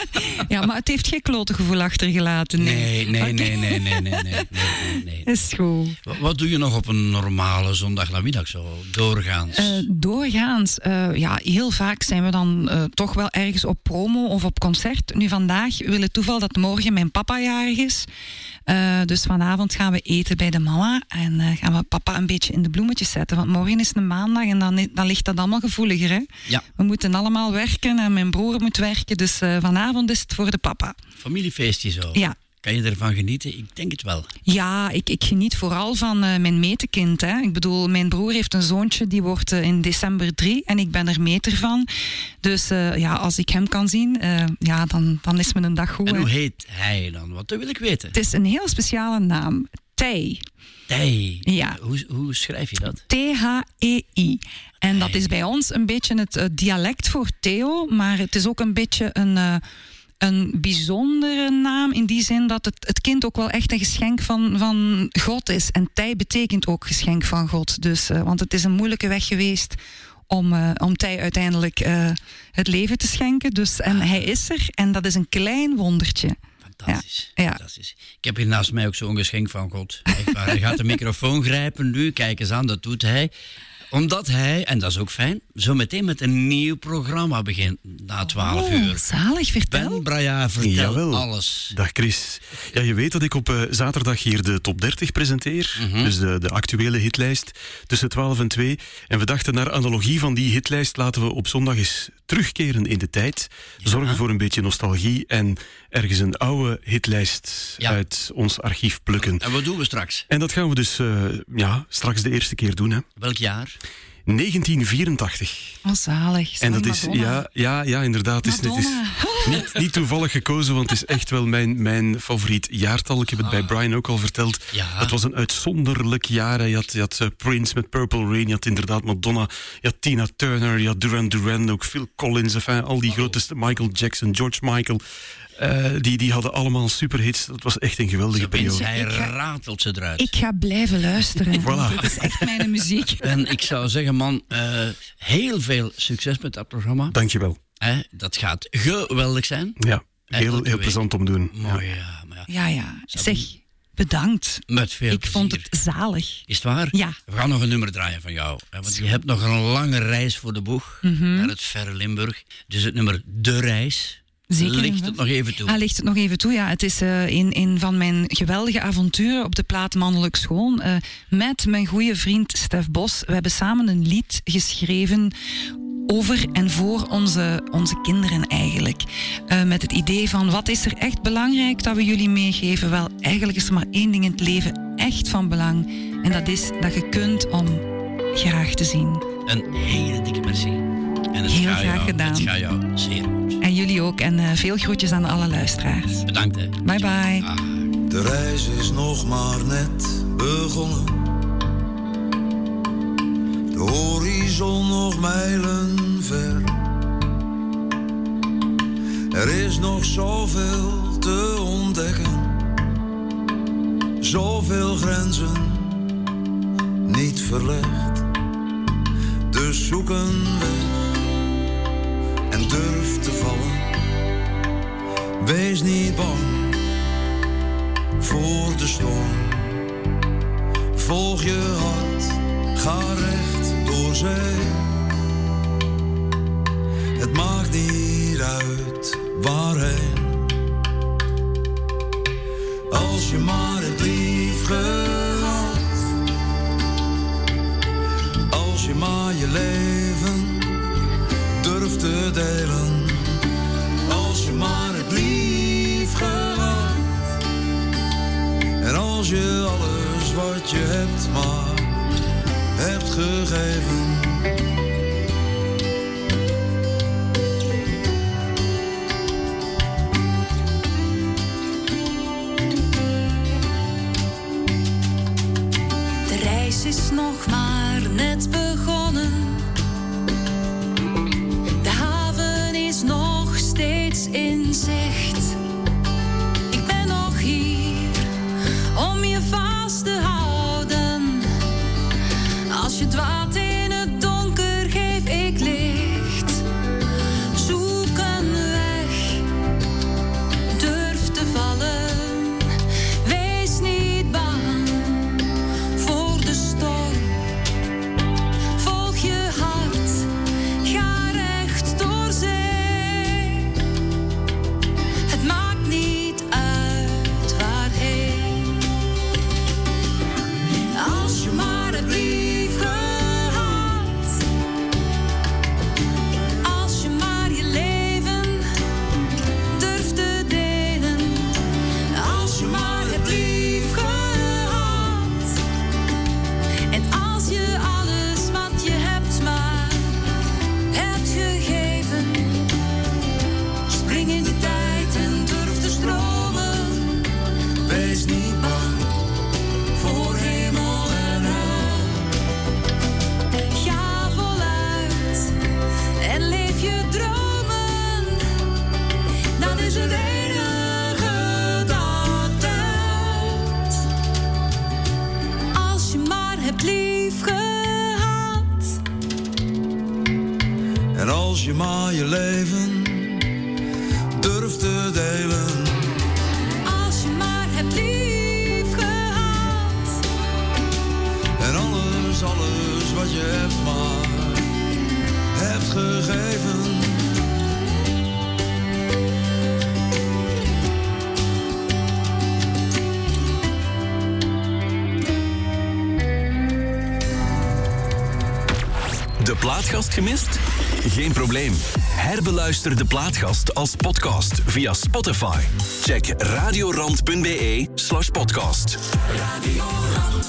Ja, maar het heeft geen klote gevoel achtergelaten. Nee, Nee, nee, Oké. nee, nee, nee, nee, nee, nee, nee. Is goed. Wat, wat doe je nog op een normale zondagnamiddag zo, doorgaans? Uh, doorgaans, uh, ja, heel vaak zijn we dan uh, toch wel ergens op promo of op concert. Nu vandaag wil het toeval dat morgen mijn papa jarig is. Uh, dus vanavond gaan we eten bij de mama en uh, gaan we papa een beetje in de bloemetjes zetten. Want morgen is het een maandag en dan, dan ligt dat allemaal gevoeliger. Hè? Ja. We moeten allemaal werken en mijn broer moet werken. Dus uh, vanavond is het voor de papa. Familiefeestje zo. Ja. Kan je ervan genieten? Ik denk het wel. Ja, ik, ik geniet vooral van uh, mijn metekind. Hè. Ik bedoel, mijn broer heeft een zoontje, die wordt uh, in december drie en ik ben er meter van. Dus uh, ja, als ik hem kan zien, uh, ja, dan, dan is mijn dag goed. En hè. hoe heet hij dan? Wat dat wil ik weten. Het is een heel speciale naam. Tij. Tij. Ja. Hoe, hoe schrijf je dat? T H E I. En dat is bij ons een beetje het uh, dialect voor Theo, maar het is ook een beetje een... Uh, Een bijzondere naam in die zin dat het, het kind ook wel echt een geschenk van, van God is. En Tij betekent ook geschenk van God. Dus, uh, want het is een moeilijke weg geweest om, uh, om Tij uiteindelijk uh, het leven te schenken. Dus, en hij is er en dat is een klein wondertje. Fantastisch. Ja. Fantastisch. Ik heb hier naast mij ook zo'n geschenk van God. Echt waar. Hij gaat de microfoon grijpen nu. Kijk eens aan, dat doet hij. Omdat hij, en dat is ook fijn, zo meteen met een nieuw programma begint na twaalf Oh, uur. zalig, vertel. Ben Braja, vertel Jawel. alles. Dag Chris. Ja, je weet dat ik op uh, zaterdag hier de top dertig presenteer. Mhm. Dus de, de actuele hitlijst tussen twaalf en twee. En we dachten, naar analogie van die hitlijst laten we op zondag eens terugkeren in de tijd. Ja. Zorgen voor een beetje nostalgie en ergens een oude hitlijst Ja. uit ons archief plukken. En wat doen we straks? En dat gaan we dus uh, ja, straks de eerste keer doen. Hè. Welk jaar? negentien vierentachtig. Oh, zalig. En dat is, Madonna. ja, ja, ja, inderdaad. Het is, het is Madonna. niet, niet toevallig gekozen, want het is echt wel mijn, mijn favoriet jaartal. Ik heb het bij Brian ook al verteld. Ja. Het was een uitzonderlijk jaar. Je had, je had uh, Prince met Purple Rain, je had inderdaad Madonna, je had Tina Turner, je had Duran Duran, ook Phil Collins, enfin, al die grote, Michael Jackson, George Michael. Uh, die, die hadden allemaal superhits. Dat was echt een geweldige Zo bent periode. hij Ik ga- ratelt ze eruit. Ik ga blijven luisteren. Voilà. Dit is echt mijn muziek. En ik zou zeggen, man, uh, heel veel succes met dat programma. Dankjewel. Hè, dat gaat geweldig zijn. Ja, heel, Elke heel week. plezant om te doen. Mooi, ja. Maar ja. Ja, ja. Zeg, bedankt. Met veel Ik plezier. vond het zalig. Is het waar? Ja. We gaan nog een nummer draaien van jou. Hè, want je hebt nog een lange reis voor de boeg. Mhm. Naar het verre Limburg. Dus het nummer De Reis. Zeker. Ligt het nog even toe? Ah, ligt het nog even toe, ja. Het is uh, een, een van mijn geweldige avonturen op de plaat Mannelijk Schoon. Uh, met mijn goede vriend Stef Bos. We hebben samen een lied geschreven over en voor onze, onze kinderen eigenlijk. Uh, met het idee van, wat is er echt belangrijk dat we jullie meegeven? Wel, eigenlijk is er maar één ding in het leven echt van belang. En dat is dat je kunt om graag te zien. Een hele dikke merci. En het Heel gaat graag jou, gedaan. Het gaat jou zeer goed. En jullie ook. En uh, veel groetjes aan alle luisteraars. Bedankt, hè. Bye bye. Ah. De reis is nog maar net begonnen. De horizon nog mijlen ver. Er is nog zoveel te ontdekken, zoveel grenzen niet verlegd. Dus zoek een weg en durf te vallen. Wees niet bang voor de storm. Volg je hart, ga recht door zee. Het maakt niet uit waarheen. Als je maar hebt lief gehad, als je maar je leven durft te delen. Als je maar hebt lief gehad, en als je alles wat je hebt maar hebt gegeven. Is nog maar net begonnen. De haven is nog steeds in zicht. Ik ben nog hier om je vast te houden. Als je dwaalt in het donker, geef ik licht. Zoek een weg, durf te vallen. Wees niet bang. Volg je hart, ga recht door zee. Het maakt niet uit waarheen. Als je maar hebt lief gehad, als je maar je leven durft te delen. Als je maar hebt lief gehad, en als je alles wat je hebt maar hebt gegeven. Spring in de tijd en durf te stromen. Wees niet bang voor hemel en hel. Ga voluit en leef je dromen. Dat is het enige dat telt. Als je maar hebt lief gehad. En als je maar je leven durft te delen. Als je maar hebt lief gehad. En alles, alles wat je hebt maar hebt gegeven. De Plaatkast gemist? Geen probleem. Herbeluister De Plaatkast als podcast via Spotify. Check radiorand punt be slash podcast. Radio Rand.